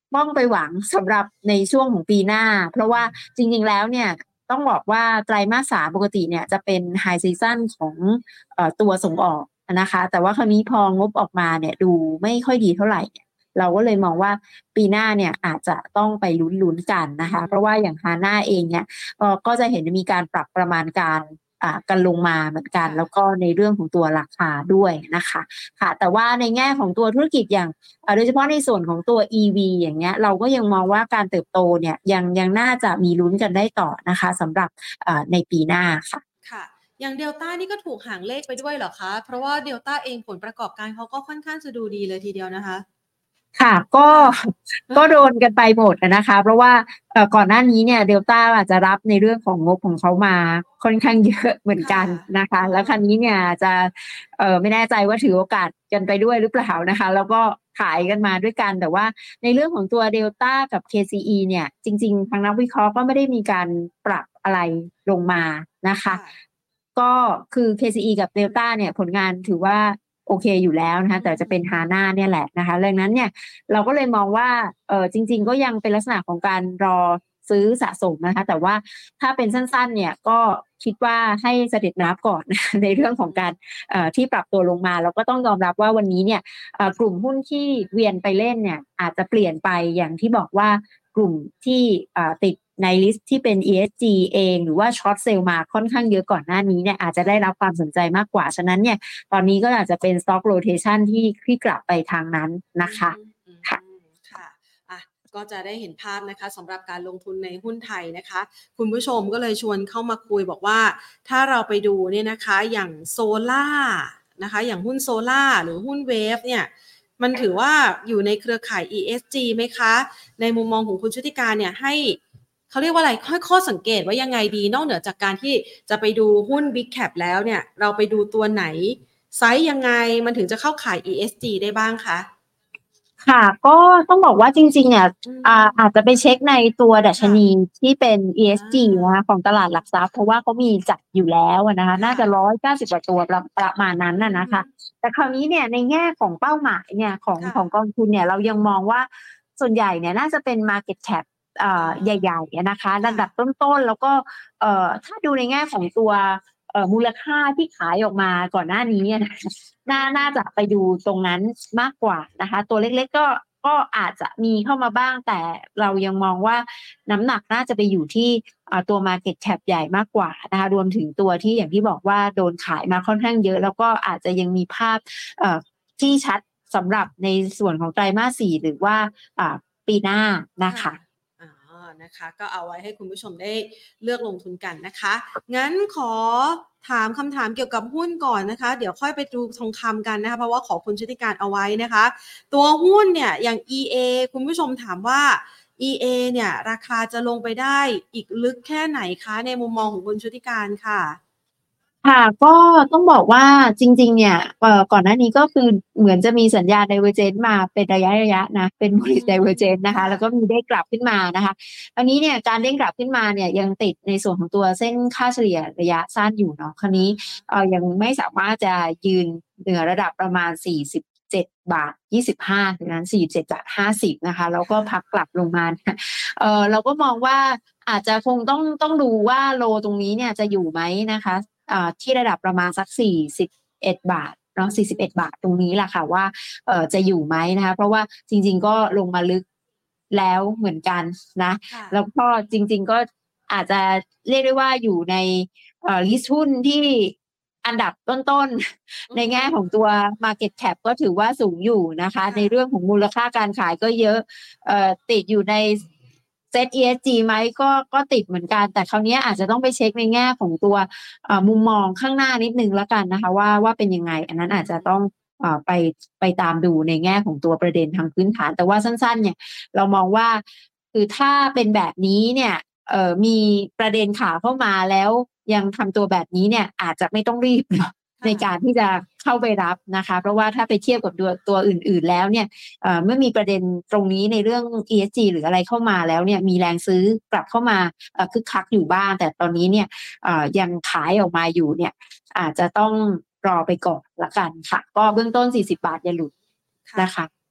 ต้องไปหวังสำหรับในช่วงของปีหน้าเพราะว่าจริงๆแล้วเนี่ยต้องบอกว่าไตรมาสสามปกติเนี่ยจะเป็นไฮซีซั o นของตัวส่งออกนะคะแต่ว่าคราวนี้พองบออกมาเนี่ยดูไม่ค่อยดีเท่าไหร่เราก็เลยมองว่าปีหน้าเนี่ยอาจจะต้องไปลุ้นๆกันนะคะเพราะว่าอย่างฮาน่าเองเนี่ยก็จะเห็นมีการปรับประมาณการกันลงมาเหมือนกันแล้วก็ในเรื่องของตัวราคาด้วยนะคะค่ะแต่ว่าในแง่ของตัวธุรกิจอย่างโดยเฉพาะในส่วนของตัว EV อย่างเงี้ยเราก็ยังมองว่าการเติบโตเนี่ยยังน่าจะมีลุ้นกันได้ต่อนะคะสำหรับในปีหน้าค่ะค่ะอย่างเดลต้านี่ก็ถูกหางเลขไปด้วยเหรอคะเพราะว่าเดลต้าเองผลประกอบการเขาก็ค่อนข้างจะดูดีเลยทีเดียวนะคะค่ะก็ค่ะก็โดนกันไปหมดนะคะเพราะว่าก่อนหน้านี้เนี่ยเดลต้าอาจจะรับในเรื่องของงบของเขามาค่อนข้างเยอะเหมือนกัค่ะนนะคะแล้วคราวนี้เนี่ยจะไม่แน่ใจว่าถือโอกาสกันไปด้วยหรือเปล่านะคะแล้วก็ขายกันมาด้วยกันแต่ว่าในเรื่องของตัวเดลต้ากับ KCE เนี่ยจริงๆทางนักวิเคราะห์ก็ไม่ได้มีการปรับอะไรลงมานะคะค่ะก็คือ KCE กับเดลต้าเนี่ยผลงานถือว่าโอเคอยู่แล้วนะคะแต่จะเป็นฮาน่าเนี่ยแหละนะคะดังนั้นเนี่ย เราก็เลยมองว่าจริงๆก็ยังเป็นลักษณะของการรอซื้อสะสมนะคะแต่ว่าถ้าเป็นสั้นๆเนี่ยก็คิดว่าให้เสด็จน้ำก่อนในเรื่องของการที่ปรับตัวลงมาแล้วก็ต้องยอมรับว่าวันนี้เนี่ยกลุ่มหุ้นที่เวียนไปเล่นเนี่ยอาจจะเปลี่ยนไปอย่างที่บอกว่ากลุ่มที่ติดในลิสต์ที่เป็น ESG เองหรือว่าช็อตเซลล์มาค่อนข้างเยอะก่อนหน้านี้เนี่ยอาจจะได้รับความสนใจมากกว่าฉะนั้นเนี่ยตอนนี้ก็อาจจะเป็น stock rotation ที่กลับไปทางนั้นนะคะอืค่ะมค่ะอ่ะก็จะได้เห็นภาพนะคะสำหรับการลงทุนในหุ้นไทยนะคะคุณผู้ชมก็เลยชวนเข้ามาคุยบอกว่าถ้าเราไปดูเนี่ยนะคะอย่างโซล่านะคะอย่างหุ้นโซล่าหรือหุ้นเวฟเนี่ยมันถือว่าอยู่ในเครือข่าย ESG ไหมคะในมุมมองของคุณชุติการเนี่ยให้เขาเรียกว่าอะไรข้อสังเกตว่ายังไงดีนอกเหนือจากการที่จะไปดูหุ้น Big Cap แล้วเนี่ยเราไปดูตัวไหนไซส์ยังไงมันถึงจะเข้าข่าย ESG ได้บ้างคะค่ะก็ต้องบอกว่าจริงๆเนี่ยอือาจมจะไปเช็คในตัวดัชค่ะนีที่เป็นอ ESG านะคะของตลาดหลักทรัพย์เพราะว่าเขามีจัดอยู่แล้วนะคะน่าค่ะจะ190กว่าตัวประมาณนั้นอืน่ะอฮึนะคะแต่คราวนี้เนี่ยในแง่ของเป้าหมายเนี่ยของกค่ะองทุนเนี่ยเรายังมองว่าส่วนใหญ่เนี่ยน่าจะเป็น market cap อ๋อใหญ่ๆอะนะคะระค่ะดับต้นๆแล้วก็ถ้าดูในแง่ของตัวมูลค่าที่ขายออกมาก่อนหน้านี้อะนะคะ น่าจะไปดูตรงนั้นมากกว่านะคะตัวเล็กๆก็อาจจะมีเข้ามาบ้างแต่เรายังมองว่าน้ำหนักน่าจะไปอยู่ที่ตัว market cap ใหญ่มากกว่านะคะรวมถึงตัวที่อย่างที่บอกว่าโดนขายมาค่อนข้างเยอะแล้วก็อาจจะยังมีภาพที่ชัดสำหรับในส่วนของไตรมาส4หรือว่าปีหน้านะค่ะคะอ๋อนะคะก็เอาไว้ให้คุณผู้ชมได้เลือกลงทุนกันนะคะงั้นขอถามคำถามเกี่ยวกับหุ้นก่อนนะคะเดี๋ยวค่อยไปดูทองคำกันนะคะเพราะว่าขอคุณชุติการเอาไว้นะคะตัวหุ้นเนี่ยอย่าง EA คุณผู้ชมถามว่า EA เนี่ยราคาจะลงไปได้อีกลึกแค่ไหนคะในมุมมองของคุณชุติการค่ะค่ะก็ต้องบอกว่าจริงๆเนี่ยก่อนหน้านี้ก็คือเหมือนจะมีสัญญาณ Divergence มาเป็นระยะนะเป็นอื bullish ม Divergence นะคะค่ะแล้วก็มีเด้งกลับขึ้นมานะคะอันนี้เนี่ยการเด้งกลับขึ้นมาเนี่ยยังติดในส่วนของตัวเส้นค่าเฉลี่ยระยะสั้นอยู่เนาะคราวนี้อะฮะยังไม่สามารถจะยืนเหนือระดับประมาณ47.25ถึงนั้น47.50นะคะแล้วก็ค่ะพักกลับลงมาเนี่ยเราก็มองว่าอาจจะคงต้องดูว่าโลตรงนี้เนี่ยจะอยู่ไหมนะคะ ที่ระดับประมาณสัก41บาทเนาะ41บาทตรงนี้แหละค่ะว่าจะอยู่ไหมนะคะเพราะว่าจริงๆก็ลงมาลึกแล้วเหมือนกันนะค่ะแล้วก็จริงๆก็อาจจะเรียกได้ว่าอยู่ในลิสต์หุ้นที่อันดับต้นๆอืในอฮึแง่ของตัว market cap ก็ถือว่าสูงอยู่นะคะในค่ะเรื่องของมูลค่าการขายก็เยอะติดอยู่ในเซต ESG ไหมก็ติดเหมือนกันแต่คราวนี้อาจจะต้องไปเช็คในแง่ของตัว มุมมองข้างหน้านิดนึงแล้วกันนะคะว่าเป็นยังไงอันนั้นอาจจะต้องไปตามดูในแง่ของตัวประเด็นทางพื้นฐานแต่ว่าสั้นๆเนี่ยเรามองว่าคือถ้าเป็นแบบนี้เนี่ยมีประเด็นข่าวเข้ามาแล้วยังทำตัวแบบนี้เนี่ยอาจจะไม่ต้องรีบเนาะในค่ะการที่จะเข้าไปรับนะคะเพราะว่าถ้าไปเทียบกับตัวอื่นๆแล้วเนี่ยเมื่อมีประเด็นตรงนี้ในเรื่อง ESG หรืออะไรเข้ามาแล้วเนี่ยมีแรงซื้อกลับเข้ามาคึกคักอยู่บ้างแต่ตอนนี้เนี่ย ยังขายออกมาอยู่เนี่ยอาจจะต้องรอไปก่อนละกันค่ะก็เบื้องต้น40 บาทอย่าหลุดค่ะนะคะ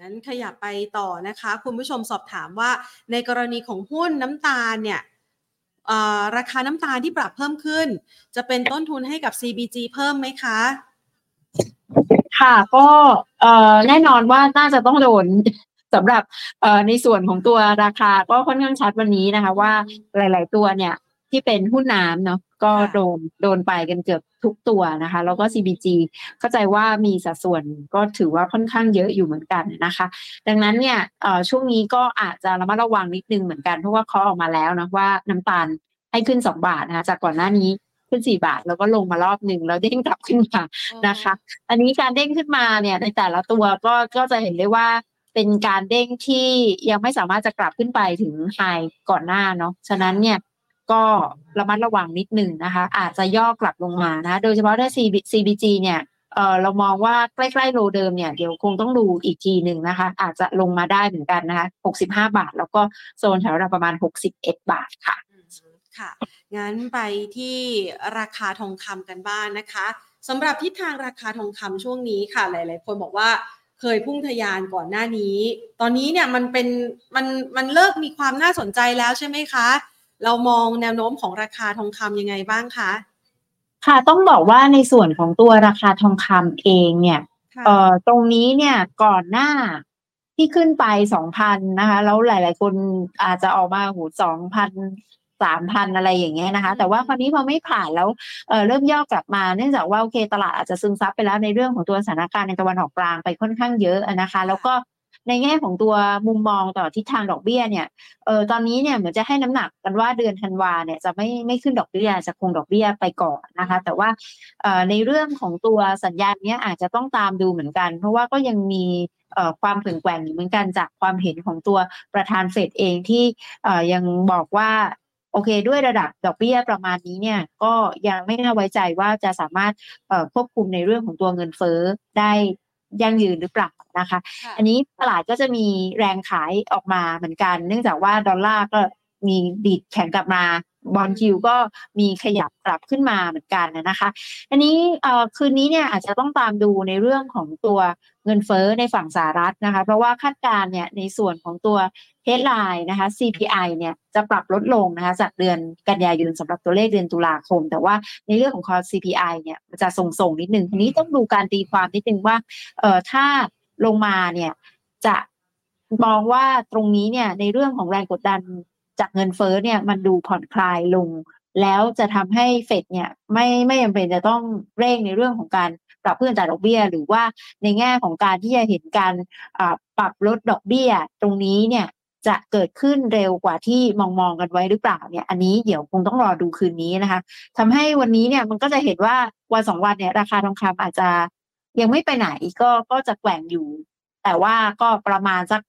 งั้นขยับไปต่อนะคะคุณผู้ชมสอบถามว่าในกรณีของหุ้นน้ำตาลเนี่ยราคาน้ำตาลที่ปรับเพิ่มขึ้นจะเป็นต้นทุนให้กับ CBG เพิ่มไหมคะค่ะก็แน่นอนว่าน่าจะต้องโดนสำหรับในส่วนของตัวราคาก็ค่อนข้างชัดวันนี้นะคะว่าหลายๆตัวเนี่ยที่เป็นหุ้นน้ำเนาะก็โดนไปกันเกือบทุกตัวนะคะแล้วก็ CBG เข้าใจว่ามีสัดส่วนก็ถือว่าค่อนข้างเยอะอยู่เหมือนกันนะคะดังนั้นเนี่ยช่วงนี้ก็อาจจะระมัดระวังนิดนึงเหมือนกันเพราะว่าเคาะออกมาแล้วนะว่าน้ำตาลให้ขึ้น2 บาทนะคะจากก่อนหน้านี้ขึ้น4 บาทแล้วก็ลงมารอบหนึ่งแล้วเด้งกลับขึ้นมานะคะ อันนี้การเด้งขึ้นมาเนี่ยในแต่ละตัวก็จะเห็นได้ว่าเป็นการเด้งที่ยังไม่สามารถจะกลับขึ้นไปถึงไฮก่อนหน้าเนาะฉะนั้นเนี่ยก็ระมัดระวังนิดหนึ่งนะคะอาจจะย่อกลับลงมานะโดยเฉพาะถ้า CBG เนี่ยเรามองว่าใกล้ๆโลเดิมเนี่ยเดี๋ยวคงต้องดูอีกทีหนึ่งนะคะอาจจะลงมาได้เหมือนกันนะคะ65 บาทแล้วก็โซนแถวประมาณ61 บาทค่ะค่ะงั้นไปที่ราคาทองคำกันบ้างนะคะสำหรับทิศทางราคาทองคำช่วงนี้ค่ะหลายๆคนบอกว่าเคยพุ่งทะยานก่อนหน้านี้ตอนนี้เนี่ยมันเลิกมีความน่าสนใจแล้วใช่ไหมคะเรามองแนวโน้มของราคาทองคำยังไงบ้างคะค่ะต้องบอกว่าในส่วนของตัวราคาทองคำเองเนี่ยตรงนี้เนี่ยก่อนหน้าที่ขึ้นไป 2,000 นะคะแล้วหลายๆคนอาจจะออกมา2,000 3,000อะไรอย่างเงี้ยนะคะแต่ว่าคราวนี้พอไม่ผ่านแล้วเริ่มย่อกลับมาเนื่องจากว่าโอเคตลาดอาจจะซึมซับไปแล้วในเรื่องของตัวสถานการณ์ในตะวันออกกลางไปค่อนข้างเยอะนะคะแล้วก็ในแง่ของตัวมุมมองต่อทิศทางดอกเบี้ยเนี่ยตอนนี้เนี่ยเหมือนจะให้น้ำหนักกันว่าเดือนธันวาเนี่ยจะไม่ขึ้นดอกเบี้ยจะคงดอกเบี้ยไปก่อนนะคะแต่ว่าในเรื่องของตัวสัญญาณเนี้ยอาจจะต้องตามดูเหมือนกันเพราะว่าก็ยังมีความเปลี่ยนแปลงอยู่เหมือนกันจากความเห็นของตัวประธานเฟดเองที่ยังบอกว่าโอเคด้วยระดับดอกเบี้ยประมาณนี้เนี่ยก็ยังไม่น่าไว้ใจว่าจะสามารถควบคุมในเรื่องของตัวเงินเฟ้อได้ยั่งยืนหรือเปล่านะคะอันนี้ตลาดก็จะมีแรงขายออกมาเหมือนกันเนื่องจากว่าดอลลาร์ก็มีดีดแข็งกลับมาบอนด์ยิลด์ก็มีขยับกลับขึ้นมาเหมือนกันนะคะอันนี้คืนนี้เนี่ยอาจจะต้องตามดูในเรื่องของตัวเงินเฟ้อในฝั่งสหรัฐนะคะเพราะว่าคาดการณ์เนี่ยในส่วนของตัว headline นะคะ CPI เนี่ยจะปรับลดลงนะคะจากเดือนกันยายนสำหรับตัวเลขเดือนตุลาคมแต่ว่าในเรื่องของ core CPI เนี่ยมันจะทรงๆนิดนึงทีนี้ต้องดูการตีความนิดนึงว่าถ้าลงมาเนี่ยจะมองว่าตรงนี้เนี่ยในเรื่องของแรงกดดันจากเงินเฟ้อเนี่ยมันดูผ่อนคลายลงแล้วจะทำให้เฟดเนี่ยไม่จำเป็นจะต้องเร่งในเรื่องของการปรับเพื่ออัตราดอกเบี้ยหรือว่าในแง่ของการที่จะเห็นการปรับลดดอกเบี้ยตรงนี้เนี่ยจะเกิดขึ้นเร็วกว่าที่มองกันไว้หรือเปล่าเนี่ยอันนี้เดี๋ยวคงต้องรอดูคืนนี้นะคะทำให้วันนี้เนี่ยมันก็จะเห็นว่าวัน2 วันเนี่ยราคาทองคำอาจจะยังไม่ไปไหนก็จะแกว่งอยู่แต่ว่าก็ประมาณสัก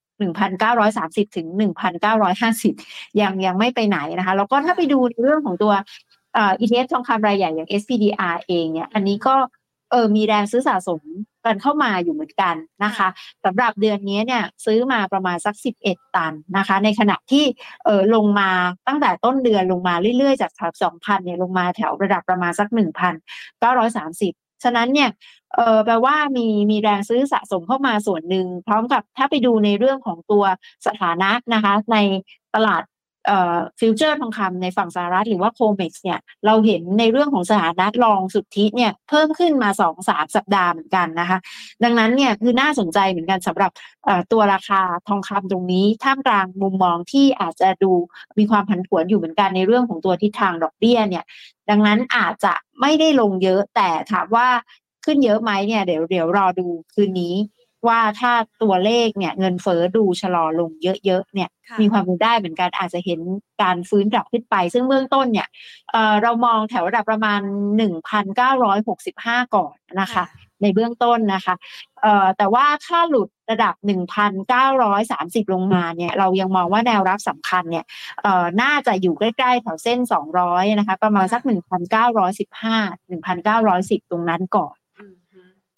1,930ถึง1,950ยังไม่ไปไหนนะคะแล้วก็ถ้าไปดูในเรื่องของตัวETF ทองคำรายใหญ่อย่าง SPDR เองเนี่ยอันนี้ก็มีแรงซื้อสะสมกันเข้ามาอยู่เหมือนกันนะคะสำหรับเดือนนี้เนี่ยซื้อมาประมาณสัก11 ตันนะคะในขณะที่ลงมาตั้งแต่ต้นเดือนลงมาเรื่อยๆจาก2,000เนี่ยลงมาแถวระดับประมาณสัก1,930ฉะนั้นเนี่ยแปลว่ามีแรงซื้อสะสมเข้ามาส่วนหนึ่งพร้อมกับถ้าไปดูในเรื่องของตัวสถานะนะคะในตลาดฟิวเจอร์ทองคำในฝั่งสหรัฐหรือว่าโคเม็กซ์เนี่ยเราเห็นในเรื่องของสถานะรองสุทธิเนี่ยเพิ่มขึ้นมา 2-3 สัปดาห์เหมือนกันนะคะดังนั้นเนี่ยคือน่าสนใจเหมือนกันสำหรับตัวราคาทองคำตรงนี้ท่ามกลางมุมมองที่อาจจะดูมีความผันผวนอยู่เหมือนกันในเรื่องของตัวทิศทางดอกเบี้ยเนี่ยดังนั้นอาจจะไม่ได้ลงเยอะแต่ถามว่าขึ้นเยอะไหมเนี่ยเดี๋ยวรอดูคืนนี้ว่าถ้าตัวเลขเนี่ยเงินเฟ้อดูชะลอลงเยอะๆเนี่ยมีความเป็นได้เหมือนกันอาจจะเห็นการฟื้นกลับขึ้นไปซึ่งเบื้องต้นเนี่ยเรามองแถวระดับประมาณ 1,965 ก่อนนะคะในเบื้องต้นนะคะแต่ว่าถ้าหลุดระดับ 1,930 ลงมาเนี่ยเรายังมองว่าแนวรับสำคัญเนี่ยน่าจะอยู่ใกล้ๆแถวเส้น200นะคะประมาณสัก 1,915 1,910 ตรงนั้นก่อน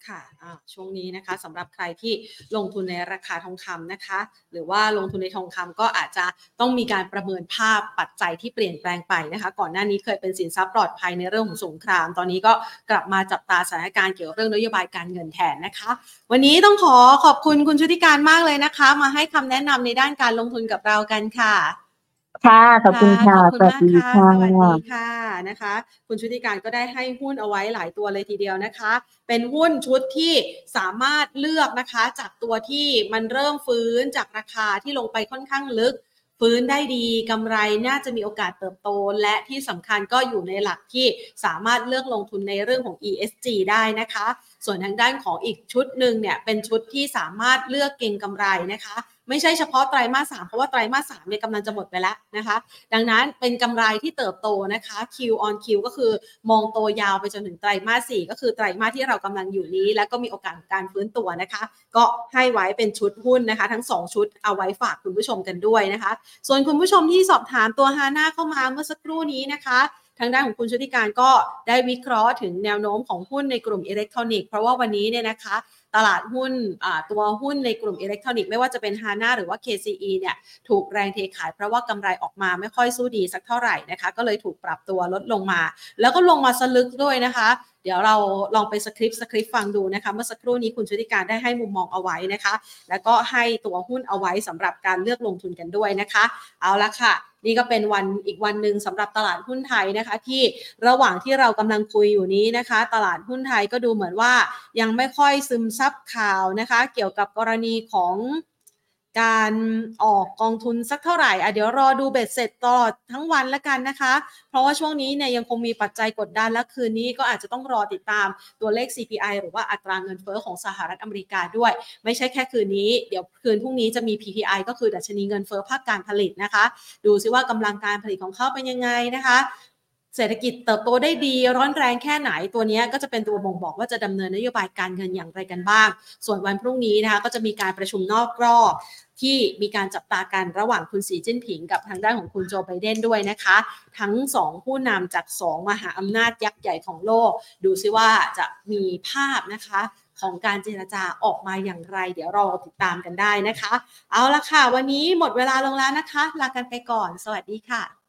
ค่ะช่วงนี้นะคะสำหรับใครที่ลงทุนในราคาทองคำนะคะหรือว่าลงทุนในทองคำก็อาจจะต้องมีการประเมินภาพปัจจัยที่เปลี่ยนแปลงไปนะคะก่อนหน้านี้เคยเป็นสินทรัพย์ปลอดภัยในเรื่องของสงครามตอนนี้ก็กลับมาจับตาสถานการณ์เกี่ยวกับเรื่องนโยบายการเงินแทนนะคะวันนี้ต้องขอบคุณคุณชุติการมากเลยนะคะมาให้คำแนะนำในด้านการลงทุนกับเรากันค่ะค่ะขอบคุณค่ะขอบคุสวัสดีณมากค่ะค่สวัสดีะค่ะนะคะคุณชุติการก็ได้ให้หุ้นเอาไว้หลายตัวเลยทีเดียวนะคะเป็นหุ้นชุดที่สามารถเลือกนะคะจากตัวที่มันเริ่มฟื้นจากราคาที่ลงไปค่อนข้างลึกฟื้นได้ดีกำไรน่าจะมีโอกาสเติบโตและที่สำคัญก็อยู่ในหลักที่สามารถเลือกลงทุนในเรื่องของ ESG ได้นะคะส่วนทางด้านของอีกชุดหนึ่งเนี่ยเป็นชุดที่สามารถเลือกเก็งกำไรนะคะไม่ใช่เฉพาะไตรมาส 3เพราะว่าไตรมาส 3เนี่ยกำลังจะหมดไปแล้วนะคะดังนั้นเป็นกำไรที่เติบโตนะคะ Q on Q ก็คือมองโตยาวไปจนถึงไตรมาส 4ก็คือไตรมาสที่เรากำลังอยู่นี้และก็มีโอกาสการฟื้นตัวนะคะก็ให้ไว้เป็นชุดหุ้นนะคะทั้ง2ชุดเอาไว้ฝากคุณผู้ชมกันด้วยนะคะส่วนคุณผู้ชมที่สอบถามตัว HANA เข้ามาเมื่อสักครู่นี้นะคะทางด้านของคุณชุติการก็ได้วิเคราะห์ถึงแนวโน้มของหุ้นในกลุ่มอิเล็กทรอนิกส์เพราะว่าวันนี้เนี่ยนะคะตลาดหุ้นตัวหุ้นในกลุ่มอิเล็กทรอนิกส์ไม่ว่าจะเป็น HANA หรือว่า KCE เนี่ยถูกแรงเทขายเพราะว่ากำไรออกมาไม่ค่อยสู้ดีสักเท่าไหร่นะคะก็เลยถูกปรับตัวลดลงมาแล้วก็ลงมาสลึกด้วยนะคะเดี๋ยวเราลองไปสคริปต์ฟังดูนะคะเมื่อสักครู่นี้คุณชุติการได้ให้มุมมองเอาไว้นะคะแล้วก็ให้ตัวหุ้นเอาไว้สำหรับการเลือกลงทุนกันด้วยนะคะเอาละค่ะนี่ก็เป็นอีกวันหนึ่งสำหรับตลาดหุ้นไทยนะคะที่ระหว่างที่เรากำลังคุยอยู่นี้นะคะตลาดหุ้นไทยก็ดูเหมือนว่ายังไม่ค่อยซึมซับข่าวนะคะเกี่ยวกับกรณีของการออกกองทุนสักเท่าไหร่เดี๋ยวรอดูเบ็ดเสร็จตลอดทั้งวันแล้วกันนะคะเพราะว่าช่วงนี้เนี่ยยังคงมีปัจจัยกดดันและคืนนี้ก็อาจจะต้องรอติดตามตัวเลข CPI หรือว่าอัตราเงินเฟ้อของสหรัฐอเมริกาด้วยไม่ใช่แค่คืนนี้เดี๋ยวคืนพรุ่งนี้จะมี PPI ก็คือดัชนีเงินเฟ้อภาคการผลิตนะคะดูซิว่ากำลังการผลิตของเขาเป็นยังไงนะคะเศรษฐกิจเติบโตได้ดีร้อนแรงแค่ไหนตัวนี้ก็จะเป็นตัวบ่งบอกว่าจะดำเนินนโยบายการเงินอย่างไรกันบ้างส่วนวันพรุ่งนี้นะคะก็จะมีการประชุมนอกรอบที่มีการจับตากันระหว่างคุณสีจิ้นผิงกับทางด้านของคุณโจไบเดนด้วยนะคะทั้ง2ผู้นำจาก2มหาอำนาจยักษ์ใหญ่ของโลกดูซิว่าจะมีภาพนะคะของการเจรจาออกมาอย่างไรเดี๋ยวเราติดตามกันได้นะคะเอาละค่ะวันนี้หมดเวลาลงแล้วนะคะลากันไปก่อนสวัสดีค่ะ